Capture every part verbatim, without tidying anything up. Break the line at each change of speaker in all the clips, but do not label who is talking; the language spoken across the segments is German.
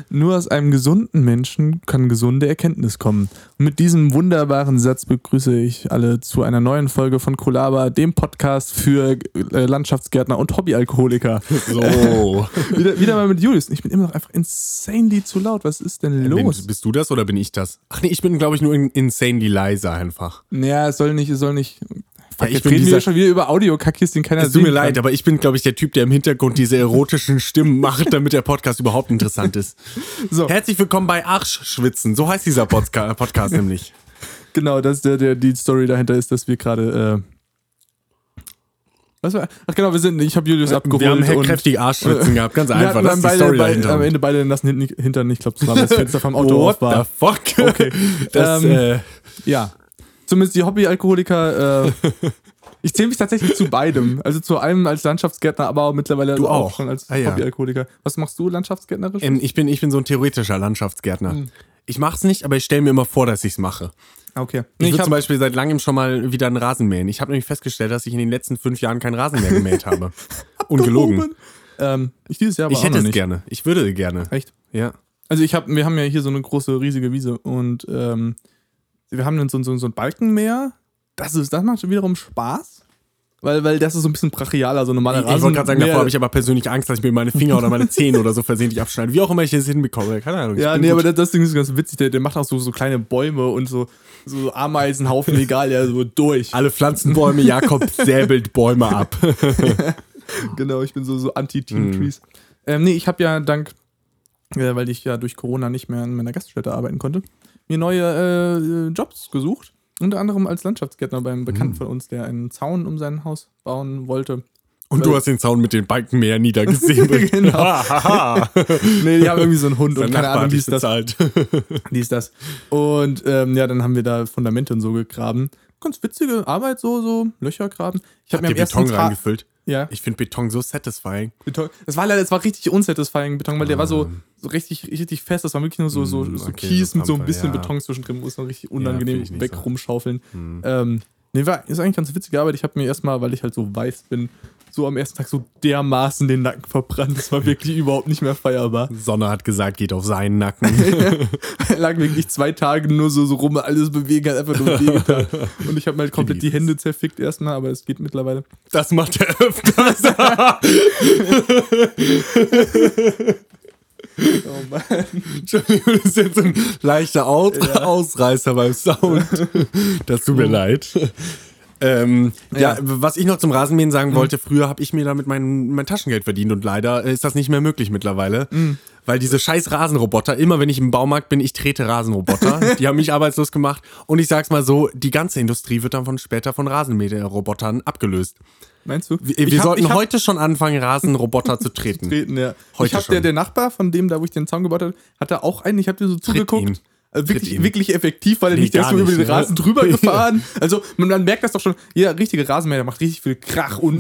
Nur aus einem gesunden Menschen kann gesunde Erkenntnis kommen. Und mit diesem wunderbaren Satz begrüße ich alle zu einer neuen Folge von Kolaba, dem Podcast für äh, Landschaftsgärtner und Hobbyalkoholiker.
So.
wieder, wieder mal mit Julius. Ich bin immer noch einfach insanely zu laut. Was ist denn los?
Bin, bist du das oder bin ich das? Ach nee, ich bin, glaube ich, nur insanely leise einfach.
Naja, es soll nicht, es soll nicht...
Ja,
ich reden wir schon wieder über Audio-Kackis, den keiner
sehen kann. Es tut mir leid, aber ich bin, glaube ich, der Typ, der im Hintergrund diese erotischen Stimmen macht, damit der Podcast überhaupt interessant ist. So. Herzlich willkommen bei Arschschwitzen. So heißt dieser Podca- Podcast nämlich.
Genau, das ist der, der, die Story dahinter ist, dass wir gerade... Äh Was war? Ach genau, wir sind, ich habe Julius abgeholt.
Wir haben kräftige Arschschwitzen gehabt, ganz einfach. Das ist die
beide,
Story
beide,
dahinter.
Am Ende beide nassen hinten, hintern, ich glaube, es war das Fenster vom Auto
What
auf war.
What the fuck?
Okay.
Das,
ähm,
äh,
ja. Zumindest die Hobbyalkoholiker, äh, ich zähle mich tatsächlich zu beidem. Also zu einem als Landschaftsgärtner, aber auch mittlerweile
du
auch
auch
schon als
ah, ja.
Hobbyalkoholiker. Was machst du landschaftsgärtnerisch?
Ähm, ich, bin, ich bin so ein theoretischer Landschaftsgärtner. Mhm. Ich mach's nicht, aber ich stelle mir immer vor, dass ich's mache.
Okay.
Ich,
ich
will zum Beispiel seit langem schon mal wieder einen Rasen mähen. Ich habe nämlich festgestellt, dass ich in den letzten fünf Jahren keinen Rasen mehr gemäht habe. Ungelogen.
Ähm, ich dieses Jahr aber
Ich
auch
hätte
noch
es
nicht.
gerne. Ich würde gerne.
Echt?
Ja.
Also ich hab, wir haben ja hier so eine große, riesige Wiese und ähm, wir haben dann so, so, so ein Balkenmäher. Das, ist, das macht wiederum Spaß. Weil, weil das ist so ein bisschen brachialer, so normaler Rasen.
Ich wollte gerade sagen, davor habe ich aber persönlich Angst, dass ich mir meine Finger oder meine Zähne oder so versehentlich abschneide. Wie auch immer ich das hinbekomme. Keine Ahnung.
Ja, nee, gut. Aber das, das Ding ist ganz witzig. Der, der macht auch so, so kleine Bäume und so, so Ameisenhaufen, egal, ja, so durch.
Alle Pflanzenbäume, Jakob säbelt Bäume ab.
Genau, ich bin so, so Anti-Team-Trees. Mm. Ähm, nee, ich habe ja dank, äh, weil ich ja durch Corona nicht mehr in meiner Gaststätte arbeiten konnte, mir neue äh, Jobs gesucht. Unter anderem als Landschaftsgärtner beim Bekannten von uns, der einen Zaun um sein Haus bauen wollte.
Und du hast den Zaun mit den Balkenmäher niedergesehen.
Genau. Nee, die haben irgendwie so einen Hund und keine Ahnung, wie ist das. Wie ist das? Und ähm, ja, dann haben wir da Fundamente und so gegraben. Ganz witzige Arbeit, so, so Löcher graben. Ich habe mir am ersten
Beton
Tag
reingefüllt.
Ja.
Ich finde Beton so satisfying.
Beton. Das war leider, das war richtig unsatisfying Beton, weil der war so, so richtig, richtig fest. Das war wirklich nur so, so, so
okay,
Kies
so
mit so ein
Pamper,
bisschen
ja.
Beton zwischendrin, wo es noch richtig unangenehm
ja,
weg
so.
rumschaufeln.
Hm.
Ähm, nee, war, ist eigentlich ganz witzige Arbeit. Ich habe mir erstmal, weil ich halt so weiß bin, so am ersten Tag so dermaßen den Nacken verbrannt. Das war wirklich überhaupt nicht mehr feierbar.
Sonne hat gesagt, geht auf seinen Nacken.
Er lag wirklich zwei Tage nur so, so rum, alles bewegen, hat einfach nur wehgetan. Und ich habe mir halt komplett die Hände zerfickt erstmal, aber es geht mittlerweile.
Das macht er öfters.
Oh Mann.
Entschuldigung, das ist jetzt ein leichter Aus- ja. Ausreißer beim Sound. Das tut mir leid. Ähm, ja. ja, was ich noch zum Rasenmähen sagen wollte, früher habe ich mir damit mein, mein Taschengeld verdient und leider ist das nicht mehr möglich mittlerweile, mhm. weil diese scheiß Rasenroboter, immer wenn ich im Baumarkt bin, ich trete Rasenroboter, die haben mich arbeitslos gemacht und ich sag's mal so, die ganze Industrie wird dann von später von Rasenmäherrobotern abgelöst.
Meinst du?
Wir, wir hab, sollten hab, heute schon anfangen, Rasenroboter zu treten.
treten ja.
Heute
ich hab der, der Nachbar, von dem, da wo ich den Zaun gebaut habe, hat da auch einen, ich habe dir so zugeguckt. Also wirklich, wirklich effektiv, weil er nee, nicht, der ist nur über den Rasen ne? drüber gefahren. Also man, man merkt das doch schon, jeder richtige Rasenmäher, der macht richtig viel Krach und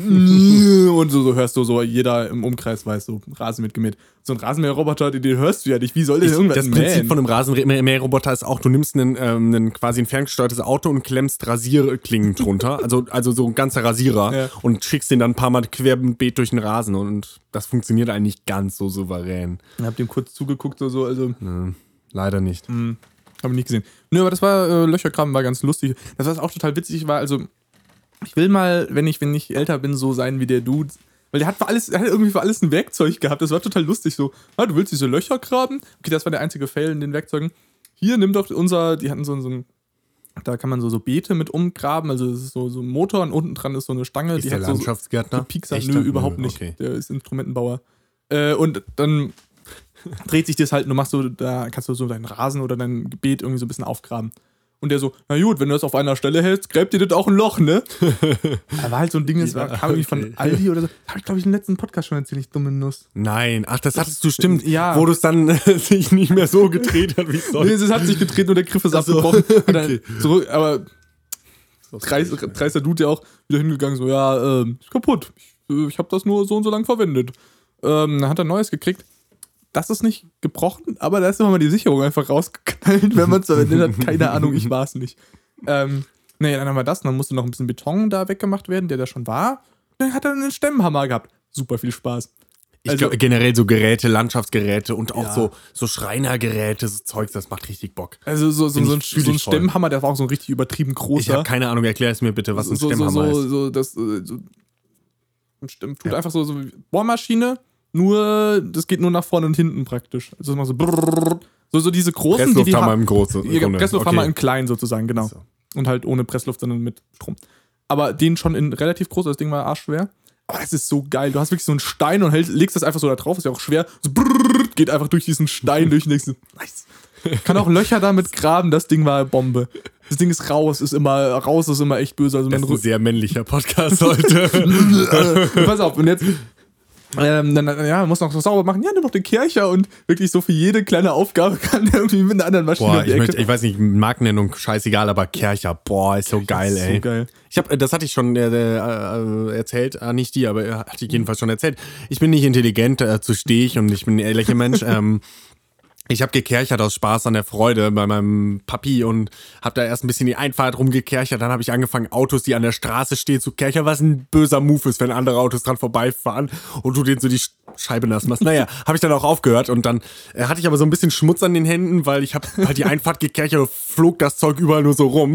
und so, so hörst du so, jeder im Umkreis weiß, so Rasen wird gemäht. So ein Rasenmäherroboter, den, den hörst du ja nicht, wie soll der ich, irgendwas
Das
mähen?
Prinzip von einem Rasenmäherroboter ist auch, du nimmst einen, ähm, einen quasi ein ferngesteuertes Auto und klemmst Rasierklingen drunter, also, also so ein ganzer Rasierer ja. und schickst den dann ein paar Mal querbeet durch den Rasen und das funktioniert eigentlich ganz so souverän.
Ich hab dem kurz zugeguckt, so, so also...
Ja. Leider nicht.
Mhm. Habe ich nicht gesehen. Nö, aber das war, äh, Löchergraben war ganz lustig. Das, was auch total witzig war, also, ich will mal, wenn ich, wenn ich älter bin, so sein wie der Dude. Weil der hat für alles, er hat irgendwie für alles ein Werkzeug gehabt. Das war total lustig. So, ah, du willst diese Löcher graben? Okay, das war der einzige Fail in den Werkzeugen. Hier, nimm doch unser, die hatten so, so ein, da kann man so, so Beete mit umgraben. Also, es ist so, so ein Motor und unten dran ist so eine Stange.
Ist
die
der
hat
Landschaftsgärtner?
So, so Piekser. Nö, überhaupt
Nö,
nicht.
Okay.
Der ist Instrumentenbauer. Äh, und dann dreht sich das halt und du machst so, da kannst du so deinen Rasen oder dein Beet irgendwie so ein bisschen aufgraben. Und der so, na gut, wenn du das auf einer Stelle hältst, gräbt dir das auch ein Loch, ne? Da war halt so ein Ding, das war, kam irgendwie okay. von Aldi oder so. Habe ich, glaube ich, im letzten Podcast schon erzählt, ich dumme Nuss.
Nein, ach, das hattest du, stimmt.
Ja.
Wo du es dann äh, sich nicht mehr so gedreht hat, wie es soll.
Nee, es hat sich gedreht und der Griff ist also, abgebrochen. Okay. Zurück, aber dreist, dreister Dude ja auch wieder hingegangen, so, ja, ähm, ist kaputt. Ich, ich habe das nur so und so lang verwendet. Ähm, dann hat er ein neues gekriegt. Das ist nicht gebrochen, aber da ist immer mal die Sicherung einfach rausgeknallt, wenn man es verwendet hat. Keine Ahnung, ich war es nicht. Ähm, nee, dann haben wir das. Und dann musste noch ein bisschen Beton da weggemacht werden, der da schon war. Dann hat er einen Stemmenhammer gehabt. Super viel Spaß.
Ich
Also-
glaube, generell so Geräte, Landschaftsgeräte und auch
Ja.
so, so Schreinergeräte, so Zeugs, das macht richtig Bock.
Also so, so,
Bin
so, ein,
ich- fühl
so ein
ich voll.
Stemmhammer, der war auch so ein richtig übertrieben großer.
Ich habe keine Ahnung, erklär es mir bitte, was ein
so,
Stemmhammer
so, so,
ist.
so, das, äh, so ein Stemm tut
Ja.
einfach so, so wie Bohrmaschine, nur das geht nur nach vorne und hinten praktisch. Also immer so brrrr, so, so diese großen, die die
Presslufthammer
ha-
im Großen.
Ja, Presslufthammer
Okay.
in klein sozusagen, genau.
So.
Und halt ohne Pressluft, sondern mit Strom. Aber den schon in relativ groß, das Ding war arschschwer. Aber das ist so geil. Du hast wirklich so einen Stein und hältst, legst das einfach so da drauf, ist ja auch schwer. So brrrr, geht einfach durch diesen Stein durch und denkst du, nice. Kann auch Löcher damit graben, das Ding war Bombe. Das Ding ist raus, ist immer, raus ist immer echt böse. Also
Das
mein
ist ein sehr männlicher Podcast heute.
äh, pass auf, und jetzt ähm, dann, dann, ja, muss noch so sauber machen. Ja, nimm noch den Kercher und wirklich so für jede kleine Aufgabe kann der irgendwie mit einer anderen Maschine
Boah,
um die
ich,
Ecke.
möchte, ich weiß nicht, Markennennung, scheißegal, aber Kercher, boah, ist so geil,
ist so
ey.
geil.
Ich hab, das hatte ich schon äh, äh, erzählt, äh, nicht die, aber äh, hatte ich jedenfalls schon erzählt. Ich bin nicht intelligent, äh, zu stehe ich und ich bin ein ehrlicher Mensch. ähm, Ich habe gekerchert aus Spaß an der Freude bei meinem Papi und habe da erst ein bisschen die Einfahrt rumgekerchert. Dann habe ich angefangen, Autos, die an der Straße stehen, zu kerchern, was ein böser Move ist, wenn andere Autos dran vorbeifahren und du denen so die Scheibe nass machst. Naja, habe ich dann auch aufgehört und dann äh, hatte ich aber so ein bisschen Schmutz an den Händen, weil ich habe halt die Einfahrt gekerchert und flog das Zeug überall nur so rum.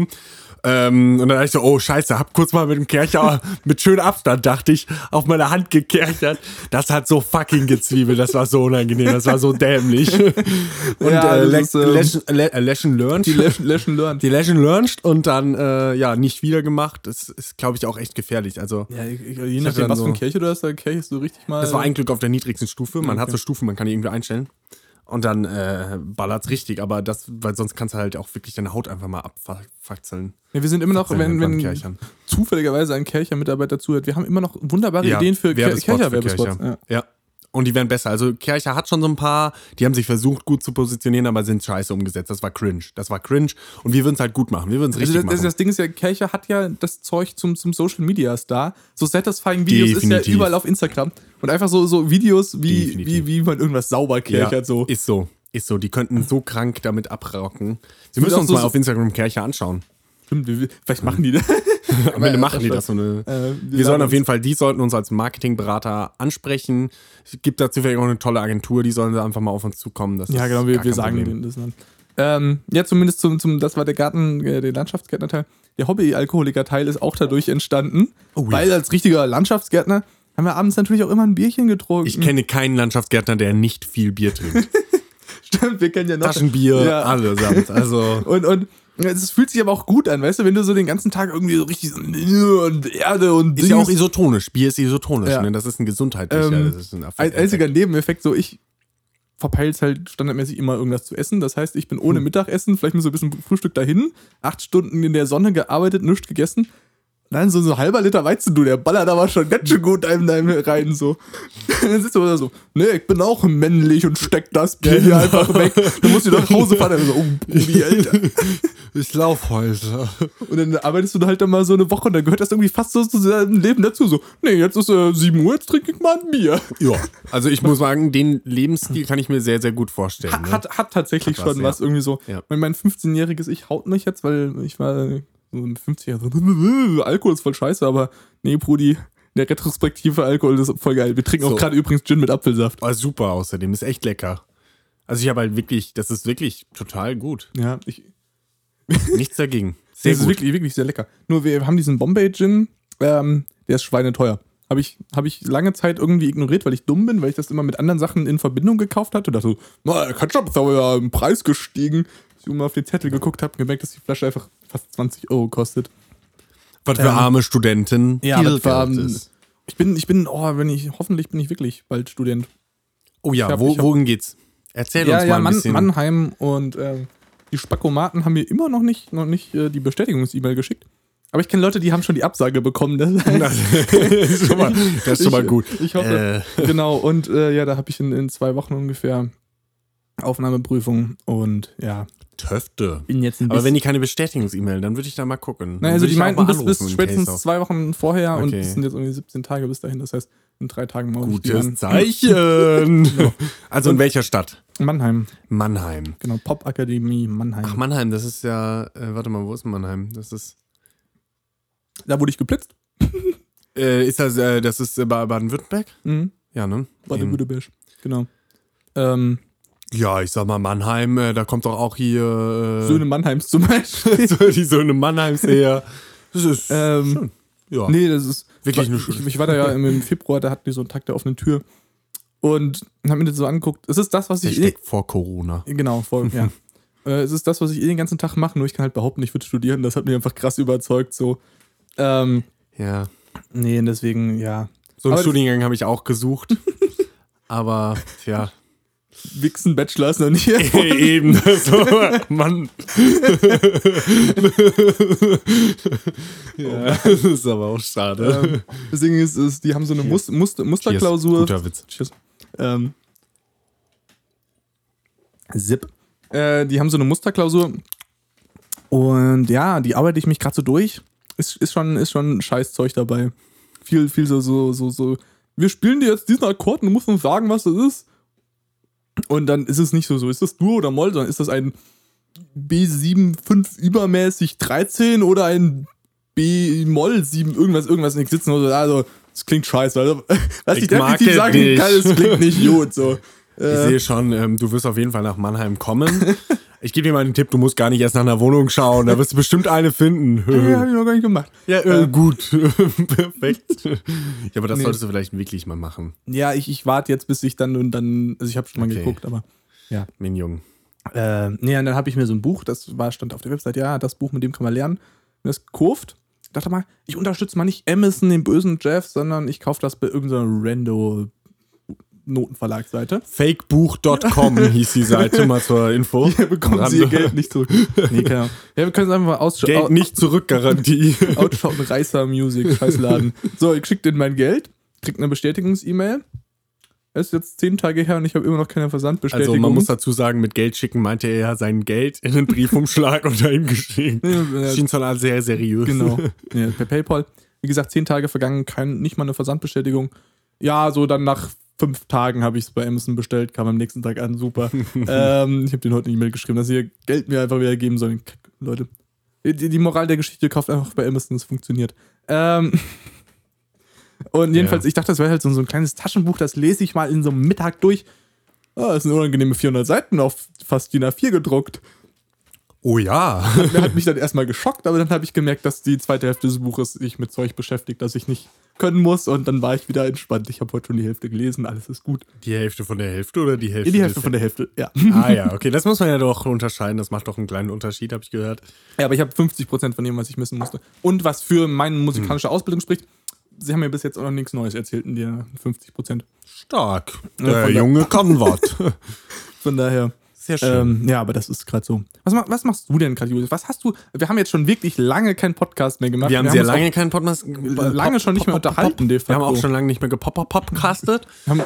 Ähm, und dann dachte ich so, oh scheiße, hab kurz mal mit dem Kercher mit schönem Abstand, dachte ich, auf meine Hand gekerchert. Das hat so fucking gezwiebelt, das war so unangenehm, das war so dämlich. Und
Ja,
äh,
das
le
ist, ähm,
lesson, le äh, lesson learned.
Die Lesson, Lesson learned.
Die Lesson learned und dann, äh, ja, nicht wieder gemacht. Das ist, glaube ich, auch echt gefährlich. Also,
Ja, je
hatte
nachdem,
dann
was für
so-
eine Kirche du hast, da kirchest du richtig mal.
das war ein Glück auf der niedrigsten Stufe. Man hat
Okay.
so Stufen, man kann die irgendwie einstellen. Und dann äh, ballert's richtig, aber das, weil sonst kannst du halt auch wirklich deine Haut einfach mal abfaczeln.
Ja, wir sind immer noch, wenn,
beim
wenn
Kerchern.
zufälligerweise ein Kercher-Mitarbeiter zuhört, wir haben immer noch wunderbare Ideen für Ker-
Werbespots für
Kercher-Werbespots.
Kercher.
Ja.
Ja. Und die werden besser. Also Kercher hat schon so ein paar, die haben sich versucht gut zu positionieren, aber sind scheiße umgesetzt. Das war cringe. Das war cringe. Und wir würden es halt gut machen. Wir würden es
Also
richtig
das, das,
machen.
das Ding ist ja, Kercher hat ja das Zeug zum, zum Social Media Star. So satisfying Videos ist
Definitiv.
ja überall auf Instagram. Und einfach so, so Videos, wie,
Definitiv.
wie, wie man irgendwas sauber kerchert.
ja,
So.
Ist so. Ist so. Die könnten so krank damit abrocken. Sie
wird
müssen
auch
uns
so-
mal auf Instagram Kercher anschauen.
Stimmt, wir- wir- vielleicht machen die das.
Am Ende machen die das so eine.
Äh,
Wir sollen auf jeden Fall, die sollten uns als Marketingberater ansprechen. Es gibt da zufällig auch eine tolle Agentur, die sollen da einfach mal auf uns zukommen. Das
Ja,
ist
genau, wir,
gar
wir
kein
sagen
Problem.
denen das dann. Ähm, ja, zumindest zum, zum, das war der Garten, äh, der Landschaftsgärtner-Teil. Der Hobby-Alkoholiker-Teil ist auch dadurch entstanden,
Oh ja.
weil als richtiger Landschaftsgärtner haben wir abends natürlich auch immer ein Bierchen getrunken.
Ich kenne keinen Landschaftsgärtner, der nicht viel Bier trinkt.
Stimmt, wir kennen ja noch.
Taschenbier,
Ja.
allesamt. Also,
Und, und es fühlt sich aber auch gut an, weißt du, wenn du so den ganzen Tag irgendwie so richtig so und Erde und
ist ja auch
Dings-
isotonisch. Bier ist isotonisch,
Ja.
ne? Das ist ein gesundheitlicher.
Ähm,
das ist ein
Ein
Effekt.
einziger Nebeneffekt, so ich verpeil's halt standardmäßig immer irgendwas zu essen. Das heißt, ich bin ohne Mittagessen, vielleicht mit so ein bisschen Frühstück dahin, acht Stunden in der Sonne gearbeitet, nichts gegessen. Nein, so, so ein halber Liter Weizen, du, der ballert aber schon ganz schön gut einem, einem rein, so. Dann sitzt du da so, ne, ich bin auch männlich und steck das Bier hier einfach weg. Dann musst du nach Hause fahren, dann so, oh, Brudi, Alter.
Ich lauf heute.
Und dann arbeitest du halt dann mal so eine Woche und dann gehört das irgendwie fast so zu deinem Leben dazu. So, nee, jetzt ist äh, sieben Uhr, jetzt trinke ich mal ein Bier.
Ja. Also ich muss sagen, den Lebensstil kann ich mir sehr, sehr gut vorstellen.
Hat,
ne?
hat, hat tatsächlich
Hat was,
schon was,
ja.
irgendwie so.
Ja.
Mein, mein fünfzehnjähriges Ich haut mich jetzt, weil ich war so mit fünfzig Jahre so, Alkohol ist voll scheiße, aber nee, Brudi, in der Retrospektive Alkohol ist voll geil. Wir trinken
So.
auch gerade übrigens Gin mit Apfelsaft.
Oh, super außerdem, ist echt lecker. Also ich habe halt wirklich, das ist wirklich total gut.
Ja, ich,
Nichts dagegen. Sehr
das ist
gut.
wirklich, wirklich sehr lecker. Nur wir haben diesen Bombay Gin, ähm, der ist schweineteuer. Habe ich, hab ich lange Zeit irgendwie ignoriert, weil ich dumm bin, weil ich das immer mit anderen Sachen in Verbindung gekauft hatte. Und dachte so, na, der Ketchup ist aber ja im Preis gestiegen. Als ich mal auf den Zettel geguckt habe, gemerkt, dass die Flasche einfach fast zwanzig Euro kostet.
Was für
Ähm,
arme Studenten.
ja,
viel
das war,
Geld
ähm,
ist.
Ich bin, ich bin, oh, wenn ich, hoffentlich bin ich wirklich bald Student.
Oh ja,
ich hab-
wo,
ich hab-
wohin geht's? Erzähl
ja,
uns mal
ja,
ein
Mann,
bisschen.
Mannheim und äh, die Spackomaten haben mir immer noch nicht, noch nicht äh, die Bestätigungs-E-Mail geschickt. Aber ich kenne Leute, die haben schon die Absage bekommen. Das
das ist schon mal, das ist schon mal
Ich-
gut.
Ich hoffe.
Äh,
Genau, und äh, ja, da habe ich in, in zwei Wochen ungefähr Aufnahmeprüfung und ja,
Töfte.
bin jetzt ein
Aber wenn
bisschen.
die keine Bestätigungs-E-Mail, dann würde ich da mal gucken.
Nein,
Dann
also
würde
die
ich da auch
meinten
mal
bis, bis
anrufen, in
spätestens
case of-
zwei Wochen vorher und
Okay.
es sind jetzt irgendwie siebzehn Tage bis dahin. Das heißt, in drei Tagen mache ich die
Gutes
an.
Zeichen. Also in welcher Stadt?
Mannheim,
Mannheim.
genau, Popakademie Mannheim.
Ach, Mannheim, das ist ja, äh, warte mal, wo ist Mannheim? Das ist,
Da wurde ich geblitzt.
äh, ist das, äh, das ist äh, Ba- Baden-Württemberg?
Mhm.
Ja, ne?
Baden-Württemberg, genau. Ähm,
ja, ich sag mal Mannheim, äh, da kommt doch auch hier... Äh,
Söhne Mannheims zum Beispiel.
die Söhne Mannheims her. Das ist
ähm,
schön. Ja.
Nee, das ist...
Wirklich eine
ich,
schöne
ich, ich war da ja im Februar, da hatten die so einen Tag der offenen Tür und hab mir das so angeguckt. Es ist das, was ich...
Eh, vor Corona.
Genau, vor, ja. äh, es ist das, was ich eh den ganzen Tag mache, nur ich kann halt behaupten, ich würde studieren. Das hat mich einfach krass überzeugt, so. Ähm,
ja.
Nee, deswegen, ja.
So einen
Aber
Studiengang habe ich auch gesucht. Aber, tja.
Wichsen Bachelor ist noch nicht
Eben, so, Mann. Ja, das ist aber auch schade.
Ähm, deswegen ist es, die haben so eine Mus Muster Musterklausur.
Cheers. Guter Witz.
Cheers. Ähm, Zip. Äh, die haben so eine Musterklausur. Und ja, die arbeite ich mich gerade so durch. Ist, ist schon, ist schon Scheißzeug dabei. Viel, viel so, so, so, so. Wir spielen dir jetzt diesen Akkord und du musst uns sagen, was das ist. Und dann ist es nicht so, so ist das Dur oder Moll, sondern ist das ein B sieben fünf übermäßig dreizehn oder ein B-Moll sieben, irgendwas, irgendwas nicht sitzen. Also, das klingt scheiße. Also, was ich, ich definitiv sagen nicht. kann, es klingt nicht gut. So.
Ich äh. sehe schon, ähm, du wirst auf jeden Fall nach Mannheim kommen. Ich gebe dir mal einen Tipp, du musst gar nicht erst nach einer Wohnung schauen, da wirst du bestimmt eine finden.
Ja, hab ich noch gar nicht gemacht.
Ja, äh, gut. Perfekt. Ja, aber das nee. solltest du vielleicht wirklich mal machen.
Ja, ich, ich warte jetzt, bis ich dann und dann, also ich habe schon mal
okay.
geguckt, aber ja.
Mein Jung.
Äh, nee, und dann habe ich mir so ein Buch, das war, stand auf der Website, ja, das Buch, mit dem kann man lernen. Und das gekauft. Ich dachte mal, ich unterstütze mal nicht Emerson, den bösen Jeff, sondern ich kaufe das bei irgendeiner Rando Notenverlagsseite.
Fakebuch Punkt com hieß die Seite, mal zur Info.
Hier bekommen Sie Ihr Geld nicht zurück. Nee, keine Ahnung. Ja, wir können es einfach mal ausschauen.
Geld nicht zurück, Garantie.
Outschauen, Reißer Music, Scheißladen. So, ich schicke denen mein Geld, krieg eine Bestätigungs-E-Mail. Es ist jetzt zehn Tage her und ich habe immer noch keine Versandbestätigung.
Also man muss dazu sagen, mit Geld schicken meinte er sein Geld in einen Briefumschlag und dahin geschickt. Das schien schon sehr seriös.
Genau. Ja, per PayPal. Wie gesagt, zehn Tage vergangen, kein, nicht mal eine Versandbestätigung. Ja, so dann nach fünf Tagen habe ich es bei Amazon bestellt, kam am nächsten Tag an, super. ähm, ich habe denen heute eine E-Mail geschrieben, dass sie ihr Geld mir einfach wieder geben sollen. Leute, die, die Moral der Geschichte, kauft einfach bei Amazon, es funktioniert. Ähm und jedenfalls, ja. Ich dachte, das wäre halt so, so ein kleines Taschenbuch, das lese ich mal in so einem Mittag durch. Ah, das sind unangenehme vierhundert Seiten auf fast D I N A vier gedruckt.
Oh ja.
Hat, hat mich dann erstmal geschockt, aber dann habe ich gemerkt, dass die zweite Hälfte des Buches sich mit Zeug beschäftigt, das ich nicht können muss und dann war ich wieder entspannt. Ich habe heute schon die Hälfte gelesen, alles ist gut.
Die Hälfte von der Hälfte oder die Hälfte?
Die Hälfte von der Hälfte, ja.
Ah ja, okay, das muss man ja doch unterscheiden, das macht doch einen kleinen Unterschied, habe ich gehört.
Ja, aber ich habe fünfzig Prozent von dem, was ich missen musste. Und was für meine musikalische hm. Ausbildung spricht, sie haben mir bis jetzt auch noch nichts Neues erzählt in den fünfzig Prozent.
Stark. Der ja, Junge kann was.
Von daher.
Sehr schön.
Ähm, ja, aber das ist gerade so. Was, was machst du denn gerade, Julius? Was hast du? Wir haben jetzt schon wirklich lange keinen Podcast mehr gemacht.
Wir haben
wir
sehr
haben
lange keinen Podcast
Lange
pop,
schon nicht
pop,
mehr
pop,
unterhalten, de facto.
Wir haben auch schon lange nicht mehr gepop-pop-podcastet.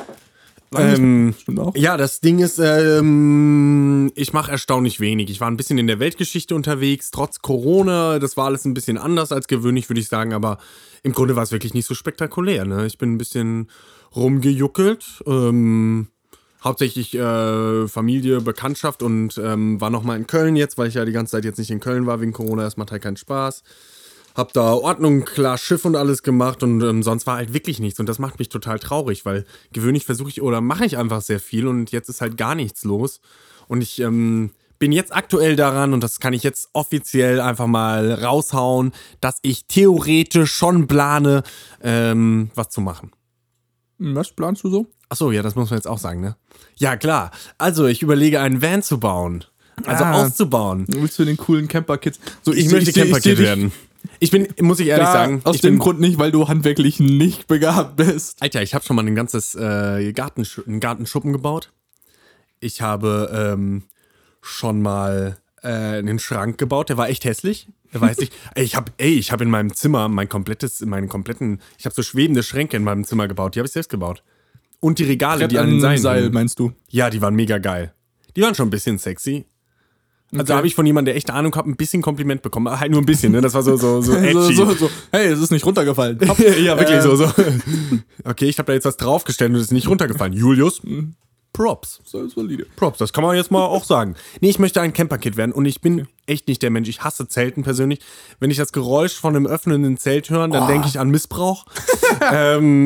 Ähm,
ja, das Ding ist, ähm, ich mache erstaunlich wenig. Ich war ein bisschen in der Weltgeschichte unterwegs, trotz Corona. Das war alles ein bisschen anders als gewöhnlich, würde ich sagen. Aber im Grunde war es wirklich nicht so spektakulär. Ne? Ich bin ein bisschen rumgejuckelt. Ähm, hauptsächlich äh, Familie, Bekanntschaft und ähm, war nochmal in Köln jetzt, weil ich ja die ganze Zeit jetzt nicht in Köln war wegen Corona. Das macht halt keinen Spaß. Hab da Ordnung, klar, Schiff und alles gemacht und ähm, sonst war halt wirklich nichts. Und das macht mich total traurig, weil gewöhnlich versuche ich oder mache ich einfach sehr viel und jetzt ist halt gar nichts los. Und ich ähm, bin jetzt aktuell daran, und das kann ich jetzt offiziell einfach mal raushauen, dass ich theoretisch schon plane, ähm, was zu machen.
Was planst du so?
Achso, ja, das muss man jetzt auch sagen, ne? Ja, klar. Also, ich überlege, einen Van zu bauen. Also ah, auszubauen.
Willst du den coolen Camper-Kids?
So, ich, ich möchte Camper-Kid werden. Ich bin, muss ich ehrlich
ja,
sagen.
Aus
ich
dem
bin,
Grund nicht, weil du handwerklich nicht begabt bist.
Alter, ich habe schon mal ein ganzes äh, Gartensch- einen Gartenschuppen gebaut. Ich habe ähm, schon mal äh, einen Schrank gebaut, der war echt hässlich. Der war hässlich. ey, ich habe ey, ich habe in meinem Zimmer mein komplettes, meinen kompletten, ich habe so schwebende Schränke in meinem Zimmer gebaut. Die habe ich selbst gebaut. Und die Regale, Brett die an den Seilen.
Seil, meinst du?
Ja, die waren mega geil. Die waren schon ein bisschen sexy. Also okay. Da habe ich von jemandem, der echt Ahnung hat, ein bisschen Kompliment bekommen. Aber halt nur ein bisschen, ne? Das war so, so, so edgy.
so, so, so. Hey, es ist nicht runtergefallen.
Ja, wirklich äh. so, so. Okay, ich habe da jetzt was draufgestellt und es ist nicht runtergefallen. Julius, Props.
Das ist valide.
Props, das kann man jetzt mal auch sagen. Nee, ich möchte ein Camper-Kid werden und ich bin okay. echt nicht der Mensch. Ich hasse Zelten persönlich. Wenn ich das Geräusch von einem öffnenden Zelt höre, dann oh. denke ich an Missbrauch. ähm...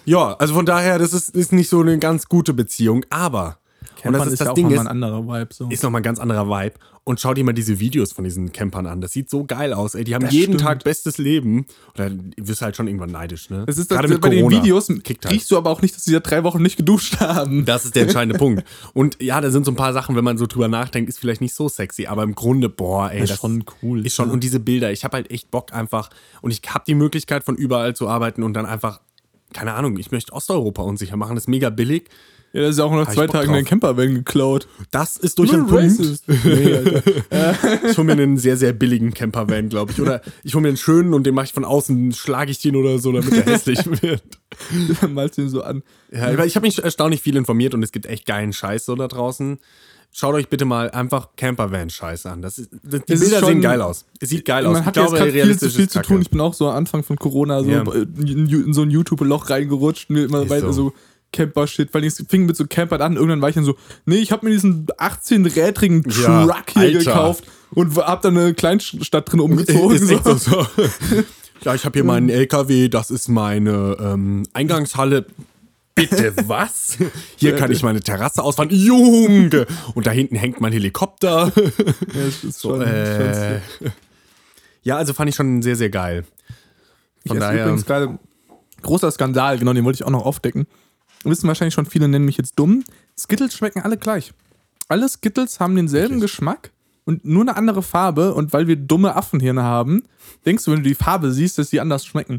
Ja, also von daher, das ist, ist nicht so eine ganz gute Beziehung, aber
Campern
und das ist,
ist
das
ja auch
Ding
nochmal
ist,
ein anderer Vibe. So.
ist nochmal ein ganz anderer Vibe. Und schau dir mal diese Videos von diesen Campern an. Das sieht so geil aus, ey. Die haben
Das
jeden
stimmt.
Tag bestes Leben. Oder du wirst halt schon irgendwann neidisch, ne?
Das ist das,
Gerade mit
bei den
Corona.
Videos
Kickt halt.
riechst du aber auch nicht, dass sie seit drei Wochen nicht geduscht haben.
Das ist der entscheidende Punkt. Und ja, da sind so ein paar Sachen, wenn man so drüber nachdenkt, ist vielleicht nicht so sexy. Aber im Grunde, boah, ey,
Das
das
ist schon cool.
ist schon.
Ja.
Und diese Bilder, ich habe halt echt Bock einfach. Und ich habe die Möglichkeit, von überall zu arbeiten und dann einfach, keine Ahnung, ich möchte Osteuropa unsicher machen. Das ist mega billig.
Ja, das ist ja auch nach
Hab ich
zwei
Bock
Tagen
drauf.
dein Campervan geklaut.
Das ist durch
Nur
den Punkt.
racist. Nee, Alter.
Ich hole mir einen sehr, sehr billigen Campervan, glaube ich. Oder ich hole mir einen schönen und den mache ich von außen, schlage ich den oder so, damit er hässlich wird.
Dann malst du ihn so an.
Ja, aber ich habe mich erstaunlich viel informiert und es gibt echt geilen Scheiß so da draußen. Schaut euch bitte mal einfach Campervan-Scheiß an. Das ist, das, die
Es ist
Bilder
schon-
sehen geil aus. Es sieht geil aus.
Man
Ich
hat jetzt
glaube,
gerade viel zu
realistisch
viel
ist
zu
Kacke.
tun. Ich bin auch so am Anfang von Corona so
Ja.
in, in so ein YouTube-Loch reingerutscht. Mir immer
Ist
weiter
so.
so Camper-Shit, weil ich fing mit so Campern an. Irgendwann war ich dann so, nee, ich habe mir diesen achtzehn-rädrigen
Ja,
Truck hier
Alter.
gekauft und hab da eine Kleinstadt drin umgezogen.
Ist echt
so.
so. so. Ja, ich habe hier meinen L K W, das ist meine ähm, Eingangshalle. Bitte was? Hier kann ich meine Terrasse ausfahren. Junge! Und da hinten hängt mein Helikopter.
Ja, das ist schon,
Äh,
schon
ja, also fand ich schon sehr, sehr geil.
Ich
Von
esse
daher.
übrigens gerade großer Skandal, genau, den wollte ich auch noch aufdecken. Wissen wahrscheinlich schon viele, nennen mich jetzt dumm. Skittles schmecken alle gleich. Alle Skittles haben denselben
Wirklich?
Geschmack und nur eine andere Farbe. Und weil wir dumme Affenhirne haben, denkst du, wenn du die Farbe siehst, dass die anders schmecken.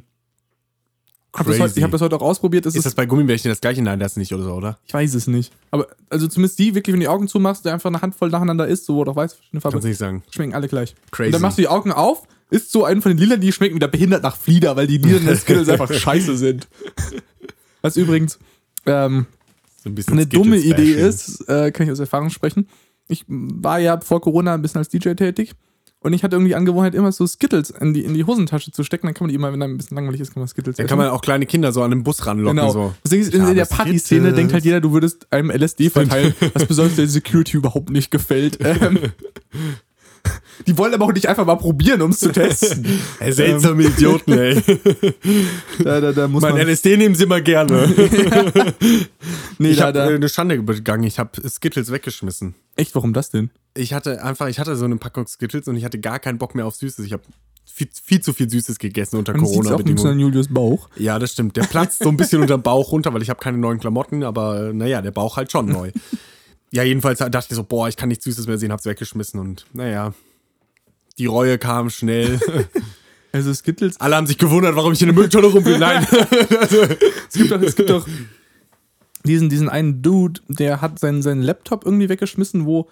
Ich habe das, heute- ich hab das heute auch ausprobiert. Es
Ist
ist,
das bei Gummibärchen das gleiche? Nein, das nicht oder so, oder?
ich weiß es nicht. Aber also zumindest die, wirklich, wenn du die Augen zumachst, der einfach eine Handvoll nacheinander isst, so wo du auch weißt, verschiedene Farben,
Kannst du nicht sagen.
schmecken alle gleich.
Crazy.
Und dann machst du die Augen auf, isst so einen von den Lila, die schmecken wieder behindert nach Flieder, weil die Lila der Skittles einfach scheiße sind. Was übrigens ähm,
So ein bisschen
eine dumme
Skittles-Bashing.
Idee ist, äh, kann ich aus Erfahrung sprechen. Ich war ja vor Corona ein bisschen als D J tätig und ich hatte irgendwie die Angewohnheit, immer so Skittles in die, in die Hosentasche zu stecken. Dann kann man die immer, wenn einem ein bisschen langweilig ist, kann man Skittles
Dann
essen.
kann man auch kleine Kinder so an den Bus ranlocken.
Genau.
So.
Deswegen ist
Ich
in
habe
der Partyszene
Skittles.
denkt halt jeder, du würdest einem L S D verteilen, was besonders der Security überhaupt nicht gefällt. Ähm, die wollen aber auch nicht einfach mal probieren, um es zu testen.
Ey, seltsame Idioten, ey.
Da, da, da muss
Mein
man.
L S D nehmen sie mal gerne.
Nee,
Ich
da,
habe
da.
äh, eine Schande begangen. Ich habe Skittles weggeschmissen.
Echt, warum das denn?
Ich hatte einfach, ich hatte so eine Packung Skittles und ich hatte gar keinen Bock mehr auf Süßes. Ich habe viel, viel zu viel Süßes gegessen unter
Man sieht auch ein bisschen an
Corona-Bedingungen.
Julius Bauch.
Ja, das stimmt. Der platzt so ein bisschen unter dem Bauch runter, weil ich habe keine neuen Klamotten, aber äh, naja, der Bauch halt schon neu. Ja, jedenfalls dachte ich so, boah, ich kann nichts Süßes mehr sehen, hab's weggeschmissen und naja, die Reue kam schnell.
Also Skittles.
Alle haben sich gewundert, warum ich in der Mülltonne rumpel. Nein.
Es gibt doch, es gibt doch diesen, diesen einen Dude, der hat seinen, seinen Laptop irgendwie weggeschmissen, wo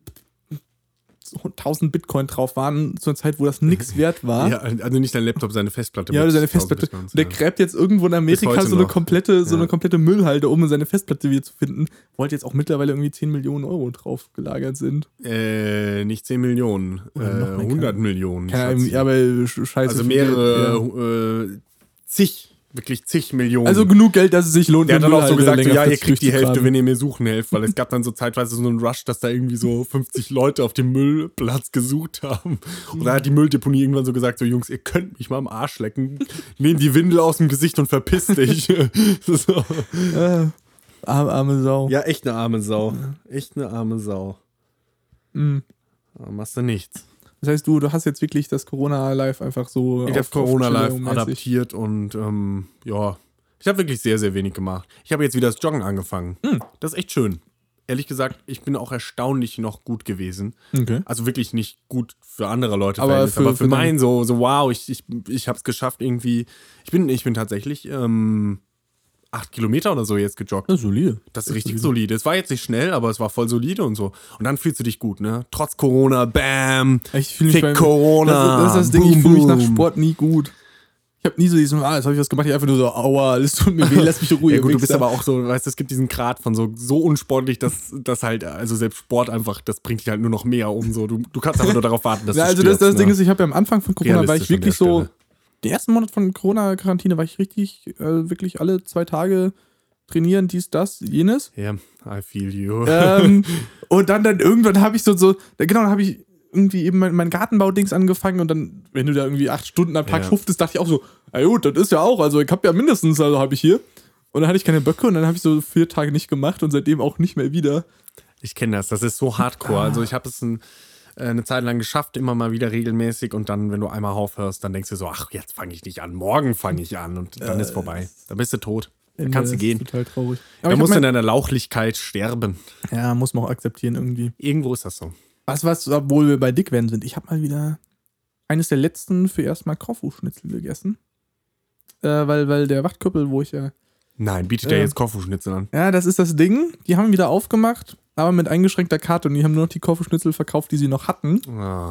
so tausend Bitcoin drauf waren, zu einer Zeit, wo das nix wert war.
Ja, also nicht dein Laptop, seine Festplatte.
Ja,
mit
oder seine
tausend
Festplatte.
Bitcoins,
Und der
ja.
gräbt jetzt irgendwo in Amerika
heute
so eine
noch.
komplette, so
Ja.
eine komplette Müllhalde, um seine Festplatte wieder zu finden, wo halt jetzt auch mittlerweile irgendwie zehn Millionen Euro drauf gelagert sind.
Äh, nicht zehn Millionen,
Oder
äh,
noch mehr,
hundert
keine-
Millionen.
Keine Ahnung,
Schatzi.
ja, aber sch- scheiße.
also
viel Geld,
mehrere, äh, zig, wirklich zig Millionen.
ja. Also genug Geld, dass es sich lohnt.
Der hat
eine
dann auch so
Müllhalde
gesagt, so, ja, ihr
längerfristig
kriegt die Hälfte,
durchzugraben.
wenn ihr mir suchen helft, weil es gab dann so zeitweise so einen Rush, dass da irgendwie so fünfzig Leute auf dem Müllplatz gesucht haben. Und da hat die Mülldeponie irgendwann so gesagt, so Jungs, ihr könnt mich mal am Arsch lecken, nehmt die Windel aus dem Gesicht und verpiss dich. so.
Äh, arme, arme Sau.
Ja, echt eine arme Sau. Echt eine arme Sau.
Mhm.
Da machst du nichts.
Das heißt, du, du hast jetzt wirklich das Corona-Live einfach so.
Ich habe
auf-
Corona
auf
Live
Chilling-mäßig.
adaptiert und ähm, ja, ich habe wirklich sehr, sehr wenig gemacht. Ich habe jetzt wieder das Joggen angefangen.
Hm.
Das ist echt schön. Ehrlich gesagt, ich bin auch erstaunlich noch gut gewesen.
Okay.
Also wirklich nicht gut für andere Leute,
Aber
Verhältnisse,
für-
aber für,
für
meinen so, so wow, ich, ich, ich habe es geschafft irgendwie. Ich bin, ich bin tatsächlich ähm, acht Kilometer oder so jetzt gejoggt.
Ja, solide.
Das ist richtig solide. Es war jetzt nicht schnell, aber es war voll solide und so. Und dann fühlst du dich gut, ne? Trotz Corona, bam,
Ich fühle mich
Fick
beim-
Corona.
Das, ist- das ist das Ding, ich
Boom,
fühle mich nach
boom.
Sport nie gut. Ich habe nie so diesen, ah, jetzt habe ich was gemacht, ich einfach nur so, aua, alles tut mir weh, lass mich in Ruhe.
Ja gut, du
Wichser.
bist aber auch so, weißt du, es gibt diesen Grad von so, so unsportlich, dass das halt, also selbst Sport einfach, das bringt dich halt nur noch mehr um. So. Du, du kannst aber nur darauf warten, dass
Ja,
du
also das,
stürzt,
das Ding
ne?
ist, ich habe ja am Anfang von Corona, war ich
Realistisch an
wirklich
der
so,
Stelle.
den ersten Monat von Corona-Quarantäne war ich richtig, äh, wirklich alle zwei Tage trainieren, dies, das, jenes.
Ja, I feel you.
ähm, und dann, dann irgendwann habe ich so, so, genau, dann habe ich irgendwie eben mein, mein Gartenbau-Dings angefangen und dann, wenn du da irgendwie acht Stunden am Tag
Ja.
schuftest, dachte ich auch so, na gut, das ist ja auch, also ich habe ja mindestens, also habe ich hier Und dann hatte ich keine Böcke und dann habe ich so vier Tage nicht gemacht und seitdem auch nicht mehr wieder.
Ich kenne das, das ist so hardcore. Ah. Also ich habe es ein, äh, eine Zeit lang geschafft, immer mal wieder regelmäßig und dann, wenn du einmal aufhörst, dann denkst du so, ach, jetzt fange ich nicht an, morgen fange ich an und dann äh, ist vorbei. Dann bist du tot. Dann kannst du gehen.
Total traurig.
Aber dann musst du in deiner Lauchlichkeit sterben.
Ja, muss man auch akzeptieren irgendwie.
Irgendwo ist das so.
Was, was, obwohl wir bei dick werden sind. Ich habe mal wieder eines der letzten für erstmal Korfu-Schnitzel gegessen. Äh, weil, weil der Wachtköppel, wo ich ja...
Nein, bietet
äh,
der jetzt Korfu-Schnitzel an?
Ja, das ist das Ding. Die haben wieder aufgemacht, aber mit eingeschränkter Karte und die haben nur noch die Korfu-Schnitzel verkauft, die sie noch hatten.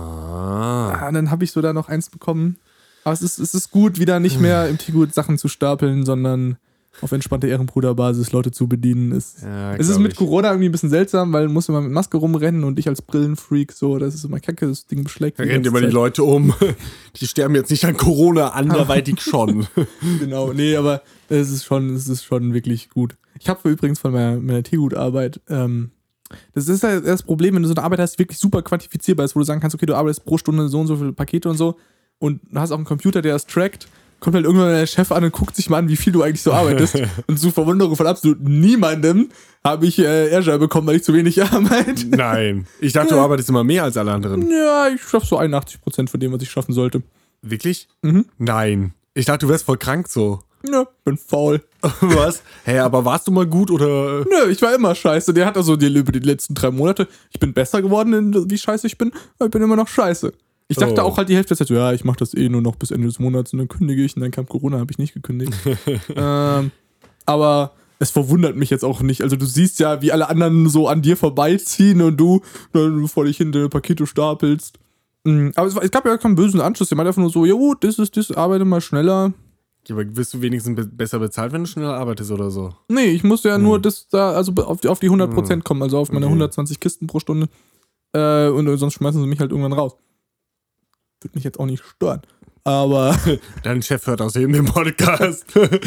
Ah.
Ja, dann habe ich so da noch eins bekommen. Aber es ist, es ist gut, wieder nicht mehr im Teegut Sachen zu stapeln, sondern auf entspannte Ehrenbruderbasis Leute zu bedienen. Es,
ja,
es ist mit
ich.
Corona irgendwie ein bisschen seltsam, weil man muss immer mit Maske rumrennen und ich als Brillenfreak so, das ist immer kacke, das Ding beschlägt.
Da rennt immer die Leute um. Die sterben jetzt nicht an Corona, anderweitig schon.
Genau, nee, aber es ist schon, es ist schon wirklich gut. Ich habe übrigens von meiner, meiner Teegutarbeit, ähm, das ist halt das Problem, wenn du so eine Arbeit hast, die wirklich super quantifizierbar ist, wo du sagen kannst, okay, du arbeitest pro Stunde so und so viele Pakete und so und du hast auch einen Computer, der das trackt, kommt halt irgendwann der Chef an und guckt sich mal an, wie viel du eigentlich so arbeitest. Und zur Verwunderung von absolut niemandem habe ich äh, Airshare bekommen, weil ich zu wenig arbeite.
Nein. Ich dachte, du arbeitest immer mehr als alle anderen.
Ja, ich schaffe so einundachtzig Prozent von dem, was ich schaffen sollte.
Wirklich?
Mhm.
Nein. Ich dachte, du wärst voll krank so.
Ja, bin faul.
Was? Hä, hey, aber warst du mal gut oder?
Nö, ich war immer scheiße. Der hat also die, über die letzten drei Monate, ich bin besser geworden, wie scheiße ich bin, aber ich bin immer noch scheiße. Ich dachte oh. auch halt die Hälfte der Zeit, ja, ich mach das eh nur noch bis Ende des Monats und dann kündige ich und dann kam Corona, habe ich nicht gekündigt. ähm, aber es verwundert mich jetzt auch nicht. Also du siehst ja, wie alle anderen so an dir vorbeiziehen und du dann vor dich hin deine Pakete stapelst. Mhm. Aber es, war, es gab ja keinen bösen Anschluss. Der meinte einfach nur so, jo, das ist das, arbeite mal schneller.
Ja, aber wirst du wenigstens be- besser bezahlt, wenn du schneller arbeitest oder so?
Nee, ich musste ja hm. nur das da, also auf die, auf die hundert Prozent kommen, also auf meine okay. hundertzwanzig Kisten pro Stunde. Äh, und sonst schmeißen sie mich halt irgendwann raus. Würde mich jetzt auch nicht stören. Aber.
Dein Chef hört außerdem den Podcast.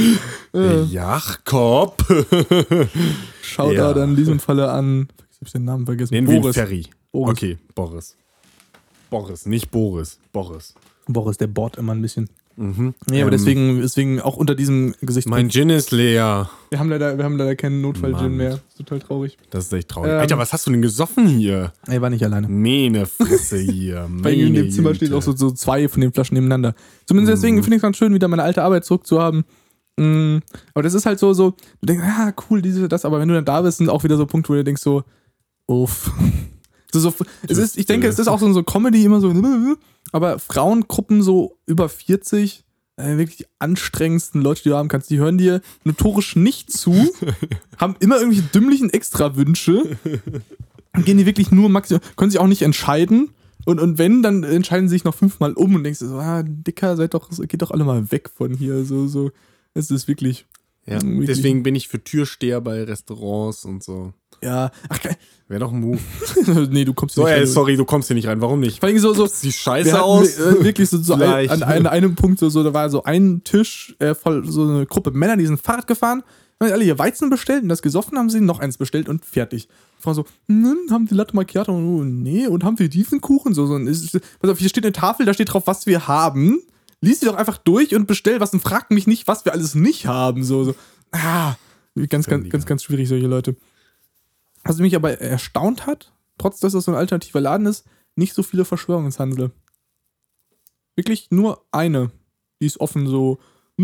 Jakob.
Schaut ja. da in diesem Falle an. Ich hab den Namen vergessen.
Nennen Boris. Wir Ferry. Boris. Okay, Boris. Boris, nicht Boris. Boris.
Boris, der bohrt immer ein bisschen.
Mhm.
Nee, aber ähm, deswegen, deswegen auch unter diesem Gesicht.
Mein Gin ist leer.
Wir haben leider, wir haben leider keinen Notfall-Gin mehr. Das ist total traurig.
Das ist echt traurig. Ähm, Alter, was hast du denn gesoffen hier?
Er war nicht alleine.
Meine Fresse hier.
Bei ihm in dem Zimmer stehen auch so, so zwei von den Flaschen nebeneinander. Zumindest deswegen mm. finde ich es ganz schön, wieder meine alte Arbeit zurückzuhaben. Mm, aber das ist halt so, so, du denkst, ah, cool, diese, das, aber wenn du dann da bist, sind auch wieder so Punkte, wo du denkst so, uff. So, so, es ist, ich denke, es ist auch so, so Comedy, immer so, aber Frauengruppen so über vierzig, äh, wirklich die anstrengendsten Leute, die du haben kannst, die hören dir notorisch nicht zu, haben immer irgendwelche dümmlichen Extrawünsche und gehen die wirklich nur maximal, können sich auch nicht entscheiden und, und wenn, dann entscheiden sie sich noch fünfmal um und denkst du so, ah, Dicker, seid doch, geht doch alle mal weg von hier, so, so, es ist wirklich.
Ja, wirklich. Deswegen bin ich für Türsteher bei Restaurants und so.
Ja, ach geil.
Wäre doch ein Move.
Nee, du kommst hier
so,
nicht
ey,
rein.
Sorry, du kommst hier nicht rein. Warum nicht?
Vor allem so, so
sieht scheiße aus.
Hatten, äh, wirklich so, so ein, an, an einem Punkt, so, so, da war so ein Tisch, äh, voll so eine Gruppe Männer, die sind Fahrrad gefahren, haben alle ihr Weizen bestellt und das gesoffen, haben sie noch eins bestellt und fertig. Die Frau so, hm, haben sie Latte Macchiato? Und, oh, nee, und haben wir diesen Kuchen? So, so, ist, pass auf, hier steht eine Tafel, da steht drauf, was wir haben. Lies sie doch einfach durch und bestell was und frag mich nicht, was wir alles nicht haben. So, so. Ah, ganz, ganz, ganz, ganz schwierig, solche Leute. Was mich aber erstaunt hat, trotz dass das so ein alternativer Laden ist, nicht so viele Verschwörungshandel. Wirklich nur eine. Die ist offen so,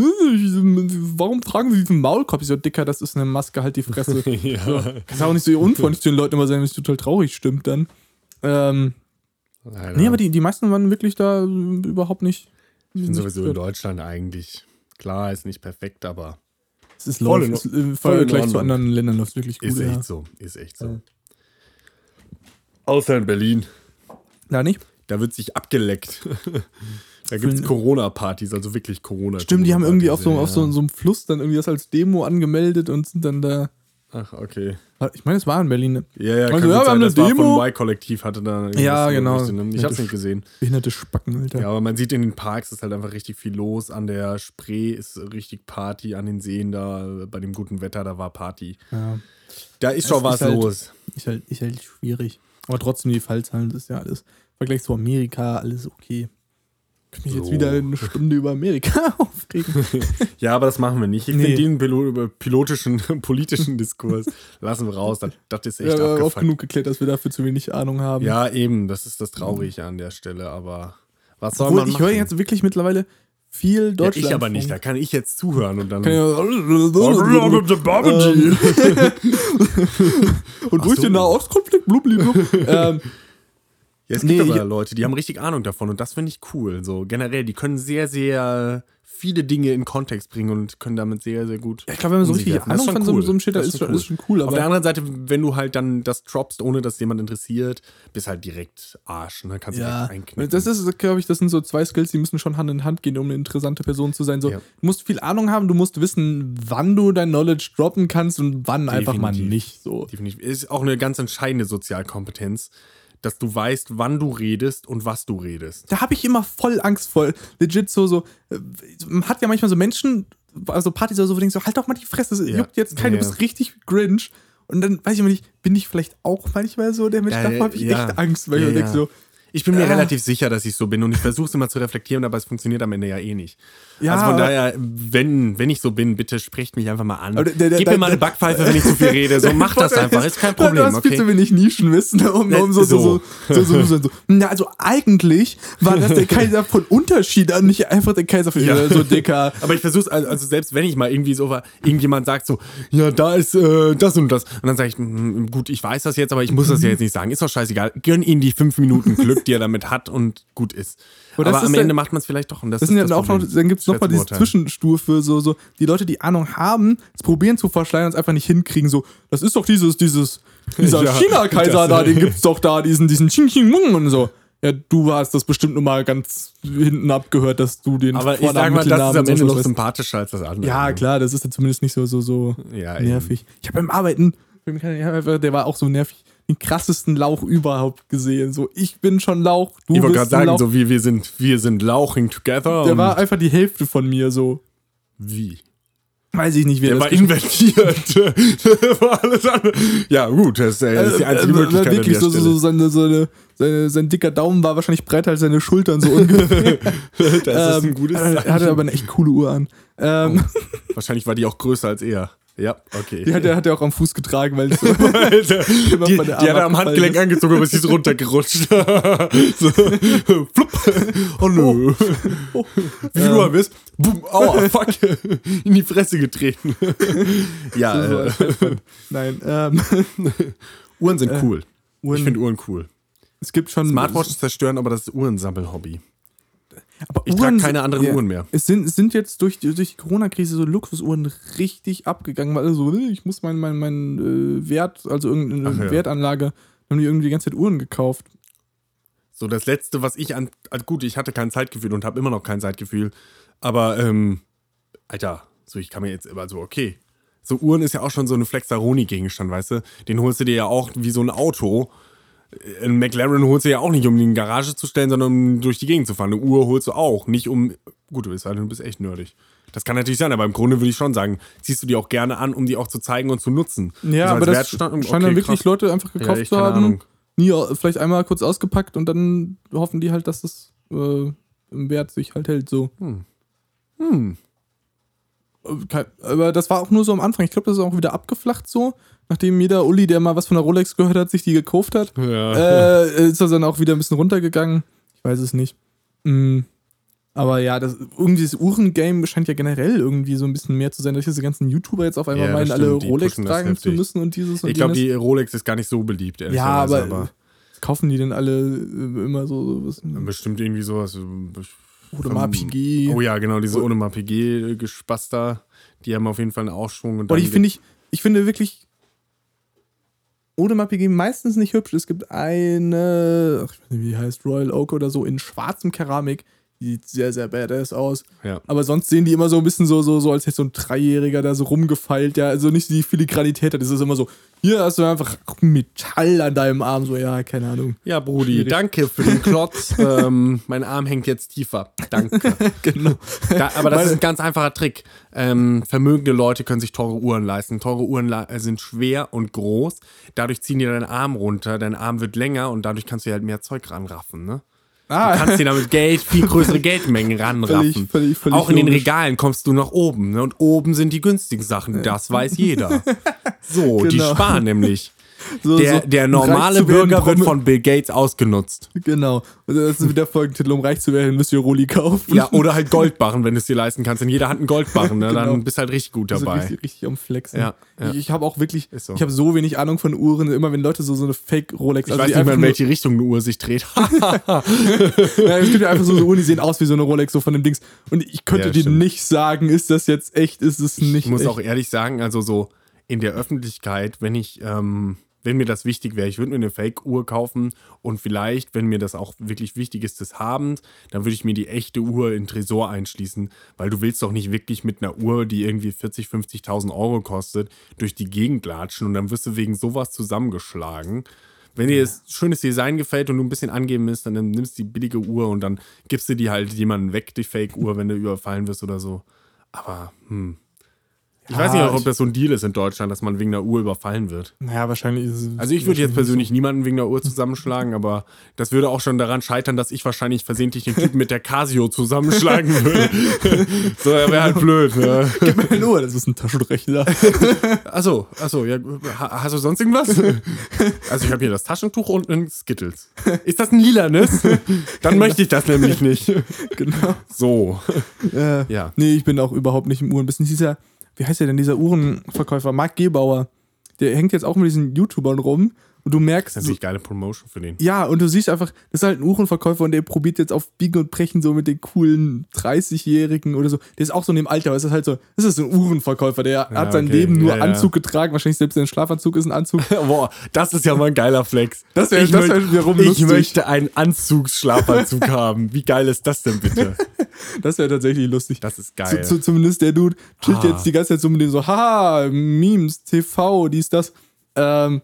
warum tragen sie diesen Maulkorb? Ich so, Dicker, das ist eine Maske, halt die Fresse. Ja. So, kannst auch nicht so unfreundlich zu den Leuten immer sein, wenn es total traurig stimmt dann. Ähm, nee, aber die, die meisten waren wirklich da überhaupt nicht.
Ich bin sowieso gehört. In Deutschland eigentlich, klar, ist nicht perfekt, aber
es ist läuft, im Vergleich zu anderen Ländern läuft es wirklich gut.
Ist echt
ja.
so, ist echt so. Ja. Außer in Berlin.
Da nicht?
Da wird sich abgeleckt. Da gibt es Corona-Partys, also wirklich Corona-Partys.
Stimmt, die haben irgendwie auf so, ja. auf so, so einem Fluss dann irgendwie das als Demo angemeldet und sind dann da.
Ach, okay.
Ich meine, es war in Berlin.
Ja, ja,
also,
kann
ja, wir haben eine
das
Demo.
War von Y-Kollektiv hatte da.
Ja, genau.
Richtig, ich hab's nicht gesehen.
Behinderte Spacken, Alter.
Ja, aber man sieht in den Parks ist halt einfach richtig viel los. An der Spree ist richtig Party, an den Seen da, bei dem guten Wetter, da war Party.
Ja.
Da ist schon was
ist halt,
los.
Ist halt, ist halt schwierig. Aber trotzdem, die Fallzahlen, das ist ja alles. Im Vergleich zu Amerika, alles okay. Ich mich
So.
jetzt wieder eine Stunde über Amerika aufregen.
Ja, aber das machen wir nicht. Ich
Nee.
finde den pilo- pilotischen, politischen Diskurs lassen wir raus. Das, das ist echt
Ja, wir haben oft
abgefuckt.
genug geklärt, dass wir dafür zu wenig Ahnung haben.
Ja, eben. Das ist das Traurige an der Stelle. Aber was soll
Obwohl,
man
ich
machen?
höre jetzt wirklich mittlerweile viel
ja,
Deutschland.
ich aber nicht. Da kann ich jetzt zuhören und dann...
Kann ja,
Ähm,
und durch
so.
den Nahostkonflikt, blubbliblub. ähm,
Ja, es
Nee,
gibt aber
ich-
Leute, die haben richtig Ahnung davon und das finde ich cool. So generell, die können sehr, sehr viele Dinge in Kontext bringen und können damit sehr, sehr gut.
ja, ich glaube, wenn man so
um sich
richtig
werfen. Das
Ahnung
ist schon
von so,
cool.
so einem Shit hat,
Das
ist, schon- ist schon cool.
Auf
Aber
der anderen Seite, wenn du halt dann das droppst, ohne dass jemand interessiert, bist halt direkt Arsch. Ne? Kannst du
ja,
direkt einknicken.
das ist, glaube ich, das sind so zwei Skills, die müssen schon Hand in Hand gehen, um eine interessante Person zu sein. So,
Ja.
du musst viel Ahnung haben, du musst wissen, wann du dein Knowledge droppen kannst und wann einfach mal
Definitiv.
nicht. So.
Definitiv. Ist auch eine ganz entscheidende Sozialkompetenz, dass du weißt, wann du redest und was du redest.
Da habe ich immer voll Angst vor. Legit so, so, äh, man hat ja manchmal so Menschen, also Partys oder so, wo du denkst so, halt doch mal die Fresse, das
Ja.
juckt jetzt keinen,
Ja,
du bist richtig Grinch. Und dann weiß ich immer nicht, bin ich vielleicht auch manchmal so der Mensch,
Ja,
davor habe ich
ja.
echt Angst, weil
Ja,
ich mir
ja.
denke so,
Ich bin mir
Ah.
relativ sicher, dass ich so bin und ich versuche es immer zu reflektieren, aber es funktioniert am Ende ja eh nicht.
Ja,
also von
aber-
daher, wenn, wenn ich so bin, bitte sprecht mich einfach mal an.
Aber der- der-
Gib
der-
mir mal eine
der-
Backpfeife, wenn ich zu viel rede. So, mach das einfach, ist kein
Du
Problem,
hast viel
okay?
zu wenig Nischenwissen, um, um so, so, so, so, so, so, so. Na, also eigentlich war das der Kaiser von Unterschied an, nicht einfach der Kaiser von
Ja.
so dicker.
Aber ich versuche also, also selbst wenn ich mal irgendwie so war, irgendjemand sagt so, ja, da ist äh, das und das. Und dann sage ich, mm, gut, ich weiß das jetzt, aber ich muss das ja jetzt nicht sagen. Ist doch scheißegal. Gönn ihm die fünf Minuten Glück, die er damit hat und gut ist.
Aber das
aber am
ist
Ende
ja-
macht man es vielleicht doch. Und das
Das
ist
sind ja
das
auch noch,
Problem.
dann gibt es nochmal diese
Schwer zu
Zwischenstufe, so, so, die Leute, die Ahnung haben, es probieren zu verschleiern und es einfach nicht hinkriegen, so, das ist doch dieses, dieses, dieser
Ja,
China-Kaiser
das-
da, den gibt's doch da, diesen, diesen Ching Ching Mung und so. Ja, du hast das bestimmt nur mal ganz hinten abgehört, dass du den
Aber ich
Vornamen,
sag mal, das ist
Mittelnamen
am
und
Ende
so
noch
weißt.
sympathischer als das andere.
Ja, klar, das ist ja zumindest nicht so, so, so
Ja,
nervig. Ich habe beim Arbeiten, der war auch so nervig, den krassesten Lauch überhaupt gesehen. So, ich bin schon Lauch, du
Ich wollte
bist
gerade
ein
sagen,
Lauch.
so wie wir sind, wir sind lauching together.
Der
und
war einfach die Hälfte von mir, so.
wie?
Weiß ich nicht, wer
Der
das
war
gesch-
invertiert. Das war alles andere. Ja, gut, das, äh, das ist die einzige
Also,
Möglichkeit.
wirklich
an
so,
der
so, so seine, seine, seine, sein dicker Daumen war wahrscheinlich breiter als seine Schultern, so ungefähr.
Stelle. Das ist ein
Ähm,
gutes
Er
Zeichen.
hatte aber eine echt coole Uhr an. Ähm,
Wahrscheinlich war die auch größer als er. Ja, okay.
Die hat er, hat er auch am Fuß getragen, weil ich so
Alter, die,
immer
die
von der
hat
Arm
er am
abgefallen
Handgelenk
ist.
angezogen, aber sie ist runtergerutscht. So, flupp. Oh nö. Wie du mal bist. Boom, aua, fuck. In die Fresse getreten. Ja,
So, so
äh,
als Halsband. Nein, ähm,
Uhren sind cool.
Uhren-
Ich finde Uhren cool.
es gibt schon
Smartwatches zerstören, aber das ist Uhrensammelhobby.
aber
Ich trage keine anderen
ja,
Uhren mehr.
Es sind, es sind jetzt durch die, durch die Corona-Krise so Luxusuhren richtig abgegangen, weil so, ich muss meinen mein, mein, äh, Wert, also irgendeine
Ach ja.
Wertanlage, haben die irgendwie die ganze Zeit Uhren gekauft.
So, das Letzte, was ich an. Also gut, ich hatte kein Zeitgefühl und habe immer noch kein Zeitgefühl. Aber, ähm, Alter, so, ich kann mir jetzt immer so, okay. So, Uhren ist ja auch schon so ein Flexaroni-Gegenstand, weißt du? Den holst du dir ja auch wie so ein Auto. Ein McLaren holst du ja auch nicht, um in die Garage zu stellen, sondern um durch die Gegend zu fahren. Eine Uhr holst du auch, nicht um. Gut, du bist halt, du bist echt nerdig. Das kann natürlich sein, aber im Grunde würde ich schon sagen, ziehst du die auch gerne an, um die auch zu zeigen und zu nutzen.
Ja,
So
aber
als
das
Wertstand-
scheinen dann
okay,
wirklich
krass.
Leute einfach gekauft
echt
zu
keine
haben.
Ahnung.
Nie, vielleicht einmal kurz ausgepackt und dann hoffen die halt, dass das äh, im Wert sich halt hält. So.
Hm.
Äh, kein- Aber das war auch nur so am Anfang. Ich glaube, das ist auch wieder abgeflacht so. Nachdem jeder Uli, der mal was von der Rolex gehört hat, sich die gekauft hat,
Ja.
äh, ist das dann auch wieder ein bisschen runtergegangen. Ich weiß es nicht. Mm. Aber ja, das, irgendwie das Uhrengame scheint ja generell irgendwie so ein bisschen mehr zu sein, dass diese ganzen YouTuber jetzt auf einmal
Ja,
meinen,
das
alle
stimmt, die
Rolex
pushen das
tragen zu
heftig.
müssen und dieses und
Ich glaube,
jenes.
die Rolex ist gar nicht so beliebt,
Ja,
ehrlicherweise,
aber,
aber
was kaufen die denn alle äh, immer so? Was,
bestimmt irgendwie sowas.
oder mal P G.
Oh ja, genau, diese Audemars Piguet-Gespaster, die haben auf jeden Fall einen Aufschwung. Und
Aber
dann
die finde ich, ich finde wirklich Audemars Piguet meistens nicht hübsch. Es gibt eine, ach, ich weiß nicht, wie die heißt, Royal Oak oder so, in schwarzem Keramik. Die sieht sehr, sehr badass aus.
Ja.
Aber sonst sehen die immer so ein bisschen so, so, so als hätte so ein Dreijähriger da so rumgefeilt. Ja, also nicht die Filigranität hat. Das ist immer so, hier hast du einfach Metall an deinem Arm. So, ja, keine Ahnung.
Ja, Brudi,
Schwierig.
danke für den Klotz. ähm, mein Arm hängt jetzt tiefer. Danke.
Genau.
Da, aber das
Meine-
ist ein ganz einfacher Trick. Ähm, vermögende Leute können sich teure Uhren leisten. Teure Uhren la- sind schwer und groß. Dadurch ziehen die deinen Arm runter. Dein Arm wird länger und dadurch kannst du halt mehr Zeug ranraffen, ne?
Ah.
Du kannst dir damit Geld, viel größere Geldmengen ranraffen.
Völlig, völlig, völlig
auch in den
logisch.
Regalen kommst du nach oben. Ne? Und oben sind die günstigen Sachen. Das weiß jeder. So, die
Genau.
sparen nämlich.
So,
Der,
so,
der
um
normale
reich zu werden,
Bürger wird
brauchen wir-
von Bill Gates ausgenutzt.
Genau. Also das ist wieder Folgentitel, um reich zu werden, müsst ihr Rolli kaufen.
Ja, oder halt Goldbarren, wenn du es dir leisten kannst. In jeder Hand einen Goldbarren, ne?
Genau.
Dann bist du halt richtig gut
Also
dabei.
richtig, richtig am Flexen.
Ja, ja.
Ich, ich habe auch wirklich,
Ist so.
ich habe so wenig Ahnung von Uhren, immer wenn Leute so, so eine Fake-Rolex,
Ich
also
weiß
die
nicht mal,
einfach
in
nur-
welche Richtung eine Uhr sich dreht.
Ja, es gibt ja einfach so, so Uhren, die sehen aus wie so eine Rolex, so von dem Dings. Und ich könnte
Ja,
dir
stimmt.
nicht sagen, ist das jetzt echt, ist es nicht
Ich muss
echt.
auch ehrlich sagen, also so in der Öffentlichkeit, wenn ich, ähm, wenn mir das wichtig wäre, ich würde mir eine Fake-Uhr kaufen und vielleicht, wenn mir das auch wirklich wichtig ist des Abends, dann würde ich mir die echte Uhr in den Tresor einschließen, weil du willst doch nicht wirklich mit einer Uhr, die irgendwie vierzig, fünfzigtausend Euro kostet, durch die Gegend latschen und dann wirst du wegen sowas zusammengeschlagen. Wenn dir das schönes Design gefällt und du ein bisschen angeben willst, dann nimmst du die billige Uhr und dann gibst du die halt jemanden weg, die Fake-Uhr, wenn du überfallen wirst oder so. Aber, hm. Ich
Ja,
weiß nicht, ob
ich-
das so ein Deal ist in Deutschland, dass man wegen einer Uhr überfallen wird.
Naja, wahrscheinlich ist es.
Also ich würde jetzt persönlich niemanden wegen einer Uhr zusammenschlagen, aber das würde auch schon daran scheitern, dass ich wahrscheinlich versehentlich den Typen mit der Casio zusammenschlagen würde. So, er wäre halt blöd, ne?
Gib mir eine Uhr, das ist ein Taschenrechner.
Achso, achso, ja, ha- hast du sonst irgendwas? Also ich habe hier das Taschentuch und ein Skittles. Ist das ein lilanes? Dann möchte ich das nämlich nicht.
Genau.
So.
Äh,
Ja.
Nee, ich bin auch überhaupt nicht im Uhrenbusiness. Dieser, wie heißt der denn, dieser Uhrenverkäufer, Marc Gebauer, der hängt jetzt auch mit diesen YouTubern rum und du merkst,
Das ist
so,
natürlich geile Promotion für den.
ja, und du siehst einfach, das ist halt ein Uhrenverkäufer und der probiert jetzt auf Biegen und Brechen so mit den coolen dreißigjährigen oder so. Der ist auch so in dem Alter, aber es ist halt so, das ist ein Uhrenverkäufer, der
Ja,
hat sein
okay.
Leben nur
Ja, ja.
Anzug getragen, wahrscheinlich selbst sein Schlafanzug ist ein Anzug.
Boah, das ist ja mal ein geiler Flex.
Das wär-
ich
das
möcht-
wär wiederum
Ich
lustig.
möchte einen Anzugsschlafanzug haben. Wie geil ist das denn bitte?
Das wäre tatsächlich lustig.
Das ist
Zu,
geil.
zu, zumindest der Dude chillt
Ah.
jetzt die ganze Zeit so mit dem so, haha, Memes, T V, dies, das. Ähm,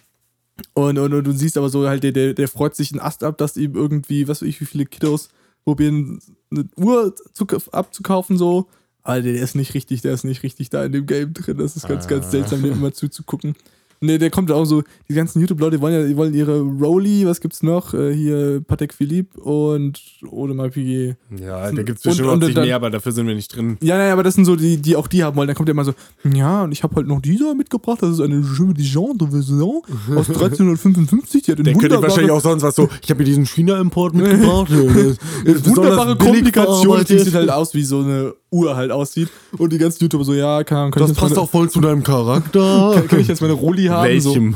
und, und, und du siehst aber so halt, der, der, der freut sich einen Ast ab, dass ihm irgendwie, was weiß ich, wie viele Kiddos probieren, eine Uhr zu, abzukaufen, so. Aber der, der ist nicht richtig, der ist nicht richtig da in dem Game drin. Das ist ganz,
Ah.
ganz seltsam, dem immer zuzugucken. Ne, der kommt auch so, die ganzen YouTube-Leute wollen ja, die wollen ihre Rolli, was gibt's noch? Äh, hier Patek Philippe und Audemars Piguet.
Ja, da gibt es
Und-
bestimmt
und
noch nicht
dann-
mehr, aber dafür sind wir nicht drin.
Ja, naja, aber das sind so die, die auch die haben wollen. Dann kommt der immer so, ja, und ich habe halt noch diese mitgebracht. Das ist eine Je Dijon de Vaison aus dreizehnhundertfünfundfünfzig. Die hat
Der könnte wahrscheinlich auch sonst was so, ich habe hier diesen China-Import mitgebracht. der ist besonders
wunderbare
billig
Komplikation. Die
verarbeitet.
sieht halt aus, wie so eine Uhr halt aussieht. Und die ganzen YouTuber so, ja, keine Ahnung, kann, ich
Das
jetzt
passt
meine,
auch voll zu deinem Charakter.
kann, kann ich jetzt meine Rolli haben?
Welchem?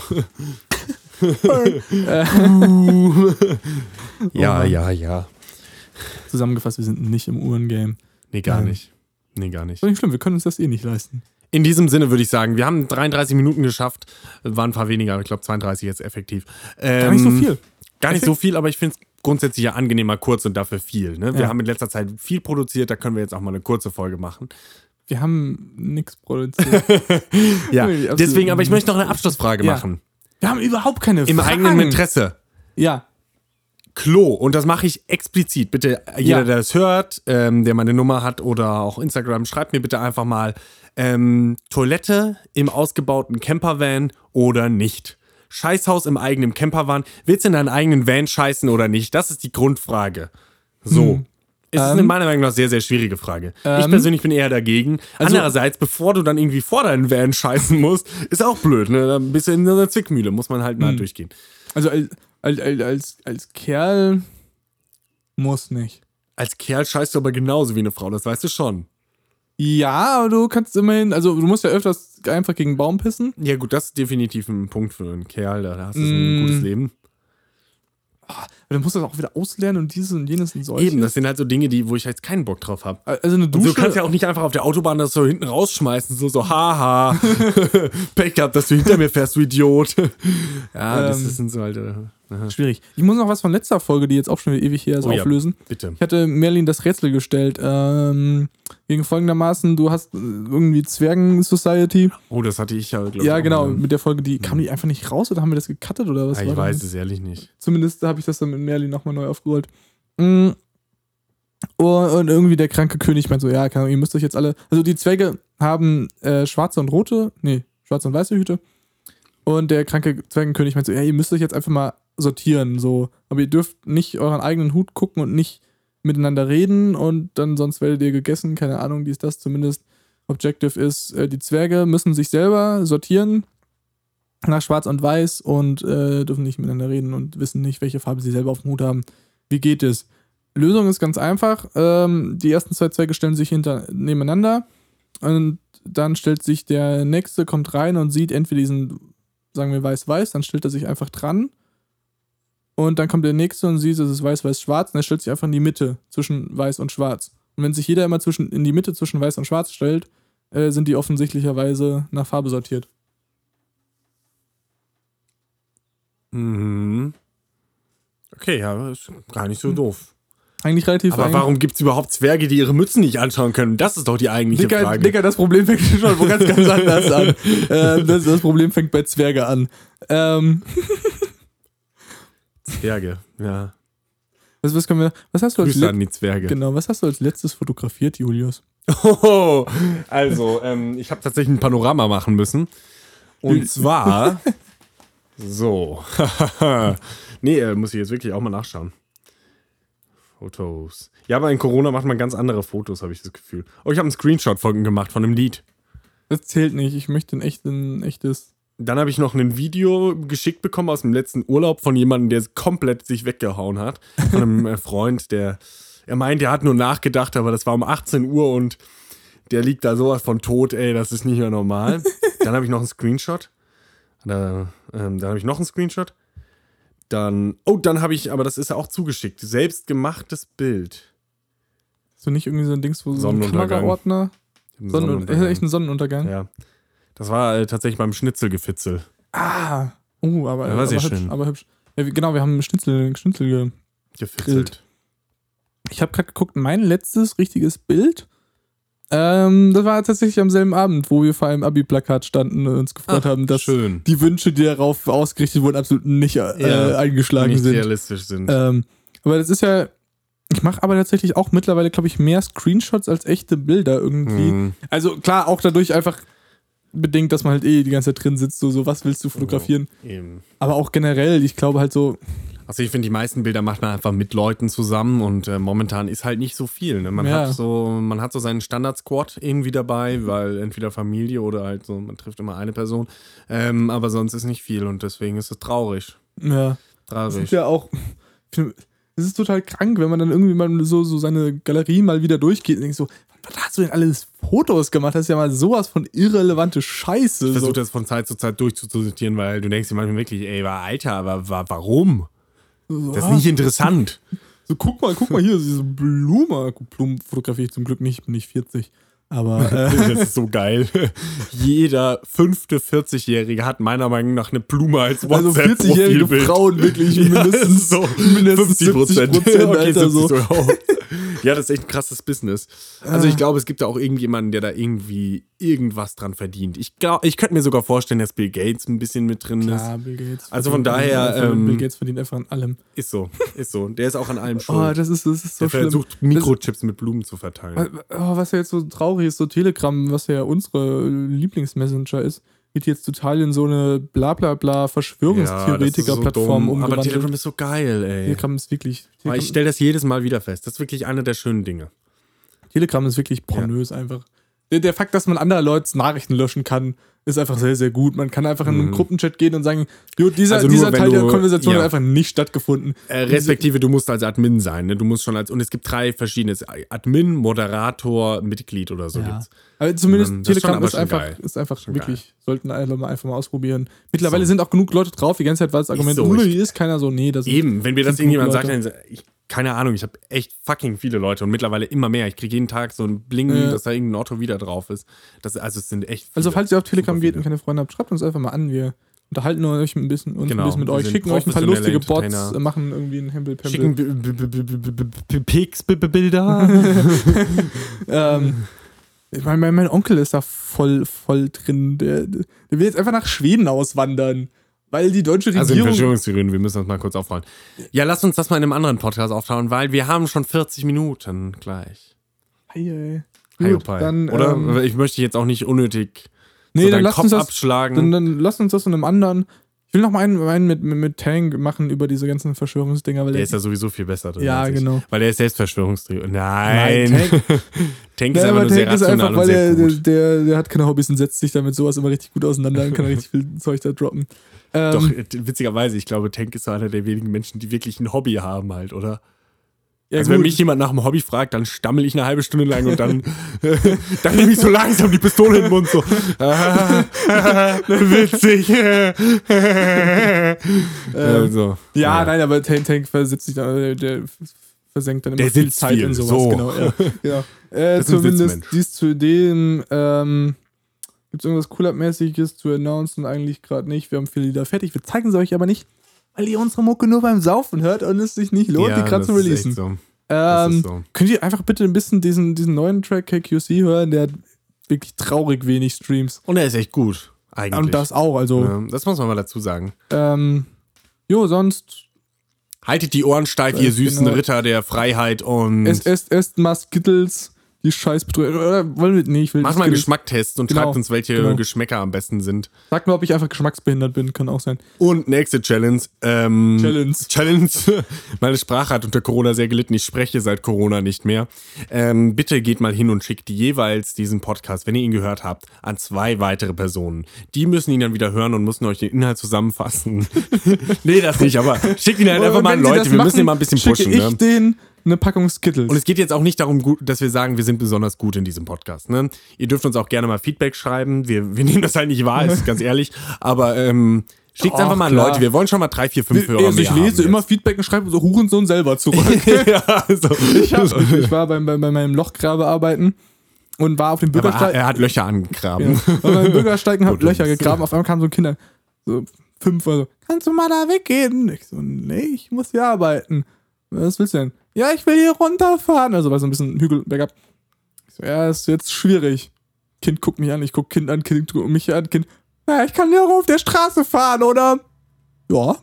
ja,
Mann.
ja, ja.
So, zusammengefasst, wir sind nicht im Uhrengame.
Nee, gar
Nein.
nicht. Nee, gar nicht.
Ist doch nicht schlimm, wir können uns das eh nicht leisten.
In diesem Sinne würde ich sagen, wir haben dreiunddreißig Minuten geschafft. Waren ein paar weniger, ich glaube zweiunddreißig jetzt effektiv. Ähm,
Gar nicht so viel.
Gar nicht
Perfekt.
so viel, aber ich finde es grundsätzlich ja angenehmer kurz und dafür viel. Ne? Wir
Ja.
haben in letzter Zeit viel produziert, da können wir jetzt auch mal eine kurze Folge machen.
Wir haben nichts produziert.
Ja,
Nee, absolut.
deswegen, aber ich möchte noch eine Abschlussfrage
Ja.
machen.
Wir haben überhaupt keine
Im
Fragen.
eigenen Interesse.
Ja.
Klo, und das mache ich explizit. Bitte, jeder,
Ja.
der das hört, ähm, der meine Nummer hat oder auch Instagram, schreibt mir bitte einfach mal ähm, Toilette im ausgebauten Campervan oder nicht. Scheißhaus im eigenen Campervan. Willst du in deinen eigenen Van scheißen oder nicht? Das ist die Grundfrage. So.
Hm.
Es ist
Ähm.
eine meiner Meinung nach sehr, sehr schwierige Frage. ich
Ähm.
persönlich bin eher dagegen.
Also-
Andererseits, bevor du dann irgendwie vor deinen Van scheißen musst, ist auch blöd. Ne? Dann bist du in einer Zwickmühle, muss man halt
Hm.
mal durchgehen.
Also als, als, als, als Kerl muss nicht.
Als Kerl scheißt du aber genauso wie eine Frau, das weißt du schon.
Ja, aber du kannst immerhin, also du musst ja öfters einfach gegen einen Baum pissen.
Ja gut, das ist definitiv ein Punkt für einen Kerl, da hast du so
Mm.
ein gutes Leben.
Aber dann musst du das auch wieder auslernen und dieses und jenes und solches.
Eben, das sind halt so Dinge, die, wo ich jetzt keinen Bock drauf habe.
Also eine Dusche.
Du kannst ja auch nicht einfach auf der Autobahn das so hinten rausschmeißen, so, so, haha, Pech gehabt, dass du hinter mir fährst, du Idiot. Ja, das
Ähm.
sind so halt, äh, aha.
Schwierig. Ich muss noch was von letzter Folge, die jetzt auch schon wieder ewig her ist,
Oh ja.
auflösen.
Bitte.
Ich hatte Merlin das Rätsel gestellt. Ähm, wegen folgendermaßen, du hast äh, irgendwie Zwergen-Society.
Oh, das hatte ich ja, glaube ich.
Ja,
auch
genau,
mal.
mit der Folge, die kam die einfach nicht raus oder haben wir das gecuttet oder was?
Ah, ich
war
weiß
das?
es ehrlich nicht.
Zumindest habe ich das dann mit Merlin nochmal neu aufgerollt. Mm. Und, und irgendwie der kranke König meint so, ja, keine Ahnung, ihr müsst euch jetzt alle. Also die Zwerge haben äh, schwarze und rote, nee, schwarze und weiße Hüte. Und der kranke Zwergenkönig meint so, ja, ihr müsst euch jetzt einfach mal sortieren, so, aber ihr dürft nicht euren eigenen Hut gucken und nicht miteinander reden und dann sonst werdet ihr gegessen, keine Ahnung, dies, das zumindest. Objective ist, äh, die Zwerge müssen sich selber sortieren nach Schwarz und Weiß und äh, dürfen nicht miteinander reden und wissen nicht, welche Farbe sie selber auf dem Hut haben. Wie geht es? Lösung ist ganz einfach. Ähm, die ersten zwei Zwerge stellen sich hinter, nebeneinander und dann stellt sich der nächste, kommt rein und sieht entweder diesen, sagen wir weiß-weiß, dann stellt er sich einfach dran und dann kommt der nächste und sieht, es ist weiß-weiß-schwarz und er stellt sich einfach in die Mitte zwischen weiß und schwarz. Und wenn sich jeder immer zwischen, in die Mitte zwischen weiß und schwarz stellt, äh, sind die offensichtlicherweise nach Farbe sortiert.
Mhm. Okay, ja, ist gar nicht so doof.
Eigentlich relativ
Aber warum gibt es überhaupt Zwerge, die ihre Mützen nicht anschauen können? Das ist doch die eigentliche
Dicker,
Frage.
Dicker, das Problem fängt schon wo ganz, ganz anders an. Ähm, das, das Problem fängt bei Zwerge an. Ähm.
Zwerge, ja.
Was, was, können wir, was hast du als
Grüße an die Zwerge.
Genau, was hast du als letztes fotografiert, Julius?
Oh, also, ähm, ich habe tatsächlich ein Panorama machen müssen. Und zwar... So. Nee, äh, muss ich jetzt wirklich auch mal nachschauen. Fotos. Ja, aber in Corona macht man ganz andere Fotos, habe ich das Gefühl. Oh, ich habe einen Screenshot von gemacht von einem Lied.
Das zählt nicht. Ich möchte ein, echt, ein echtes...
Dann habe ich noch ein Video geschickt bekommen aus dem letzten Urlaub von jemandem, der komplett sich weggehauen hat. Von einem äh, Freund, der... Er meint, er hat nur nachgedacht, aber das war um achtzehn Uhr und der liegt da sowas von tot, ey, das ist nicht mehr normal. Dann habe ich noch einen Screenshot. Da, ähm, dann habe ich noch einen Screenshot. Dann, oh, dann habe ich, aber das ist ja auch zugeschickt, selbstgemachtes Bild.
Hast du nicht irgendwie so ein Dings, wo so ein
Sonnenuntergang.
Kameraordner?
Sonnen
Sonnenuntergang. Echt ein Sonnenuntergang?
Ja. Das war äh, tatsächlich beim Schnitzelgefitzel.
Ah, oh, aber,
Ja, war sehr
aber hübsch.
schön.
Aber hübsch. Ja, wie- genau, wir haben Schnitzel, Schnitzel ge
Gefitzelt.
Ich habe gerade geguckt, mein letztes richtiges Bild, ähm, das war tatsächlich am selben Abend, wo wir vor einem Abi-Plakat standen und uns gefreut
Ach,
haben, dass
schön.
die Wünsche, die darauf ausgerichtet wurden, absolut nicht äh,
Ja,
eingeschlagen
Nicht
sind.
realistisch sind.
Ähm, aber das ist ja, ich mache aber tatsächlich auch mittlerweile, glaube ich, mehr Screenshots als echte Bilder irgendwie.
Mhm.
Also klar, auch dadurch einfach bedingt, dass man halt eh die ganze Zeit drin sitzt, so, so was willst du fotografieren.
Eben.
Aber auch generell, ich glaube halt so,
Also ich finde, die meisten Bilder macht man einfach mit Leuten zusammen und äh, momentan ist halt nicht so viel. Ne? Man,
Ja.
hat so, man hat so seinen Standard-Squad irgendwie dabei, weil entweder Familie oder halt so, man trifft immer eine Person. Ähm, aber sonst ist nicht viel und deswegen ist es traurig.
ja. Das ist
Traurig.
ja auch. Es ist total krank, wenn man dann irgendwie mal so, so seine Galerie mal wieder durchgeht und denkt so, was hast du denn alles Fotos gemacht? Das ist ja mal sowas von irrelevante Scheiße.
Ich
So.
versuche das von Zeit zu Zeit durchzusortieren, weil du denkst dir manchmal wirklich, ey, war Alter, aber war, warum?
So,
Das ist nicht interessant.
so, guck mal, guck mal hier, diese Blume. Gut, Blumen fotografiere ich zum Glück nicht, ich bin nicht vierzig. Aber äh,
Das ist so geil. Jeder fünfte vierzig-Jährige hat meiner Meinung nach eine Blume als
also vierzig-jährige
WhatsApp-Profilbild.
Frauen wirklich
Ja,
mindestens,
so
mindestens
fünfzig Prozent.
siebzig Prozent, Alter, so.
siebzig so. Ja, das ist echt ein krasses Business. Also ich glaube, es gibt da auch irgendjemanden, der da irgendwie irgendwas dran verdient. Ich glaube, ich könnte mir sogar vorstellen, dass Bill Gates ein bisschen mit drin ist.
Ja, Bill Gates.
Also von daher, ähm,
Bill Gates verdient einfach an allem.
Ist so, ist so. Der ist auch an allem schuld.
Oh, das ist, das ist so
der
schlimm.
versucht, Mikrochips mit Blumen zu verteilen.
Das, oh, was ja jetzt so traurig ist, so Telegram, was ja unsere Lieblingsmessenger ist, wird jetzt total in so eine blablabla Verschwörungstheoretiker-Plattform
dumm. Aber
umgewandelt.
Telegram ist so geil, ey.
Telegram ist wirklich.
Aber
Telegram,
ich stelle das jedes Mal wieder fest. Das ist wirklich eine der schönen Dinge.
Telegram ist wirklich pornös einfach. Der, der Fakt, dass man andere Leute Nachrichten löschen kann, ist einfach sehr, sehr gut. Man kann einfach in einen Gruppenchat gehen und sagen, jo, dieser,
Also nur,
dieser
wenn
Teil der
du-
Konversation
ja.
hat einfach nicht stattgefunden.
Äh, respektive, du musst als Admin sein. Ne? Du musst schon als. Und es gibt drei verschiedene: Admin, Moderator, Mitglied oder so
Ja.
gibt's.
Aber zumindest
Das ist schon
Telegram
aber
ist
schon
einfach,
geil.
ist einfach
Schon
wirklich, sollten alle mal einfach mal ausprobieren. Mittlerweile
So.
sind auch genug Leute drauf. Die ganze Zeit war das Argument,
so,
Uli
ich-
ist keiner so, nee, das ist.
Eben, wenn mir das
sind genug
irgendjemand sagt,
Leute.
dann ich, keine Ahnung, ich habe echt fucking viele Leute und mittlerweile immer mehr. Ich kriege jeden Tag so ein Bling,
Ja.
dass da irgendein Otto wieder drauf ist. Das, also es sind echt viele.
Also falls ihr auf Telegram
Super
geht und
viele.
keine Freunde habt, schreibt uns einfach mal an. Wir unterhalten euch ein bisschen, uns
Genau,
ein bisschen mit
wir
euch,
sind
schicken euch ein paar
professionelle
lustige Bots,
Entertainer.
äh, machen irgendwie ein Hempel
Schicken
Pempel.
B- B- B- B- B- B- Pics-Bilder.
Ähm, ich meine, mein, mein Onkel ist da voll, voll drin. Der, der will jetzt einfach nach Schweden auswandern. Weil die deutsche
Also in
Regierung.
Verschwörungstheorien, wir müssen das mal kurz aufrollen. Ja, lass uns das mal in einem anderen Podcast aufschauen, weil wir haben schon vierzig Minuten gleich.
Ei, ei.
Hi,
Gut,
Opai.
dann,
Oder?
ähm,
Ich möchte jetzt auch nicht unnötig
nee,
so
dann
deinen
lasst
Kopf
uns das,
abschlagen.
Dann, dann lasst uns das in einem anderen. Ich will noch mal einen, einen mit, mit, mit Tank machen über diese ganzen Verschwörungsdinger. Weil
der ist ja sowieso viel besser drin.
Ja, genau.
Weil der ist selbst Verschwörungstrio. Nein.
Nein, Tank,
Tank ist einfach nur sehr rational
einfach,
und
weil
sehr
der,
gut.
Der, der, der hat keine Hobbys und setzt sich damit sowas immer richtig gut auseinander und kann richtig viel Zeug da droppen. Ähm,
Doch, witzigerweise, ich glaube, Tank ist so einer der wenigen Menschen, die wirklich ein Hobby haben halt, oder?
Ja,
also
gut.
wenn mich jemand nach einem Hobby fragt, dann stammel ich eine halbe Stunde lang und dann, dann nehme ich so langsam die Pistole in den Mund, so, ah, witzig. also,
ja,
ja,
nein, aber Tank, Tank versetzt sich da, der, der versenkt dann immer
Der
viel
sitzt
Zeit
viel,
in sowas.
so.
Genau, ja. ja. Äh,
Das ist ein
zumindest
Sitzmensch.
dies zu dem, ähm, gibt es irgendwas Cool-Up-mäßiges zu announcen? Eigentlich gerade nicht. Wir haben viele Lieder fertig. Wir zeigen sie euch aber nicht, weil ihr unsere Mucke nur beim Saufen hört und es sich nicht lohnt,
ja,
die gerade zu
das ist
releasen.
echt so. Das
Ähm,
ist so.
Könnt ihr einfach bitte ein bisschen diesen, diesen neuen Track K Q C hören? Der hat wirklich traurig wenig Streams.
Und er ist echt gut, eigentlich.
Und das auch, also.
Ja, das muss man mal dazu sagen.
Ähm, jo, sonst.
Haltet die Ohren steif,
Ja,
ihr süßen
genau.
Ritter der Freiheit und
Es esst, esst mal Skittles, die scheiß Betrüger. Oder wollen wir. Nee, ich will
macht
nicht
mal einen
Skittles.
Geschmacktest und
Genau,
schreibt uns, welche
genau.
Geschmäcker am besten sind.
Sag nur, ob ich einfach geschmacksbehindert bin, kann auch sein.
Und nächste Challenge. Ähm,
Challenge.
Challenge. Meine Sprache hat unter Corona sehr gelitten. Ich spreche seit Corona nicht mehr. Ähm, bitte geht mal hin und schickt jeweils diesen Podcast, wenn ihr ihn gehört habt, an zwei weitere Personen. Die müssen ihn dann wieder hören und müssen euch den Inhalt zusammenfassen. Nee, das nicht, aber schickt ihn halt
Und
einfach mal an
wenn sie
Leute.
das
Wir
machen,
müssen ihn mal ein bisschen
schicke
pushen.
ich
Ne?
denen eine Packung Skittles.
Und es geht jetzt auch nicht darum, gut- dass wir sagen, wir sind besonders gut in diesem Podcast. Ne? Ihr dürft uns auch gerne mal Feedback schreiben. Wir, wir nehmen das halt nicht wahr, ist ganz ehrlich. Aber ähm, schickt
Doch,
einfach mal an
klar.
Leute. Wir wollen schon mal drei, vier, fünf Hörer
also ich
mehr
lese
haben
immer
jetzt.
Feedback und schreibe so Hurensohn selber zurück.
ja, also,
ich, hab, ich war beim, bei, bei meinem Lochgrabearbeiten und war auf dem
aber
Bürgersteig.
er hat Löcher angegraben.
Ja. Und beim Bürgersteigen hab
Gut,
Löcher
das-
gegraben. Auf einmal kamen so Kinder, so fünf oder so. Kannst du mal da weggehen? Ich so, nee, ich muss hier arbeiten. Was willst du denn? Ja, ich will hier runterfahren. Also war so ein bisschen Hügel bergab. Ich so, ja, ist jetzt schwierig. Kind guckt mich an, ich guck Kind an, Kind guckt mich an, Kind. Ja, ich kann ja auch auf der Straße fahren, oder? Ja.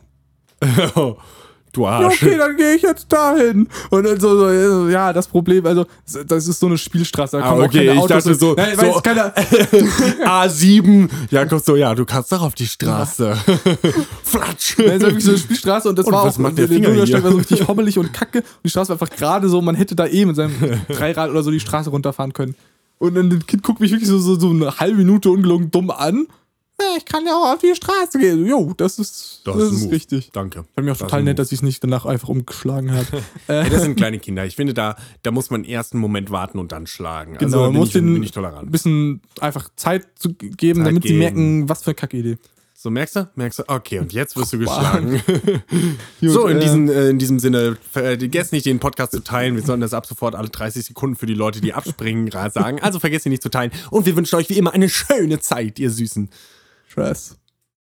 du
Ja,
Arsch.
okay, dann gehe ich jetzt dahin. Und dann so, so, ja, das Problem, also, das ist so eine Spielstraße. Da
Ah,
kommen auch
okay,
keine
ich
Autos
dachte so,
Nein,
so
weiß keiner.
A sieben. Ja, kommst so, ja, du kannst doch auf die Straße. Flatsch.
Nein, es war wirklich so eine Spielstraße und das
Und
war
was
auch,
macht der
der
Finger
Bürgersteig
hier?
war so richtig hobbelig und kacke und die Straße war einfach gerade so, man hätte da eh mit seinem Dreirad oder so die Straße runterfahren können. Und dann das Kind guckt mich wirklich so, so, so eine halbe Minute ungelogen dumm an. Ja, ich kann ja auch auf die Straße gehen. Jo, das ist, das
Das ist ein
ist
Move.
richtig.
Danke.
Fand mich auch
Das
total
ist ein
nett,
Move.
dass ich es nicht danach einfach umgeschlagen habe.
Ey, das sind kleine Kinder. Ich finde, da, da muss man erst einen Moment warten und dann schlagen. Also
Genau, man
bin
muss
ich,
denen
bin ich
ein
tolerant.
bisschen einfach Zeit zu geben,
Zeit
damit sie
geben.
merken, was für eine Kackidee.
So, merkst du? Merkst du? Okay, und jetzt wirst du geschlagen.
Gut,
so, in,
äh,
diesem, äh, in diesem Sinne, vergesst nicht, den Podcast zu teilen. Wir sollen das ab sofort alle dreißig Sekunden für die Leute, die abspringen, gerade sagen. Also vergesst ihn nicht zu teilen. Und wir wünschen euch wie immer eine schöne Zeit, ihr Süßen.
Stress.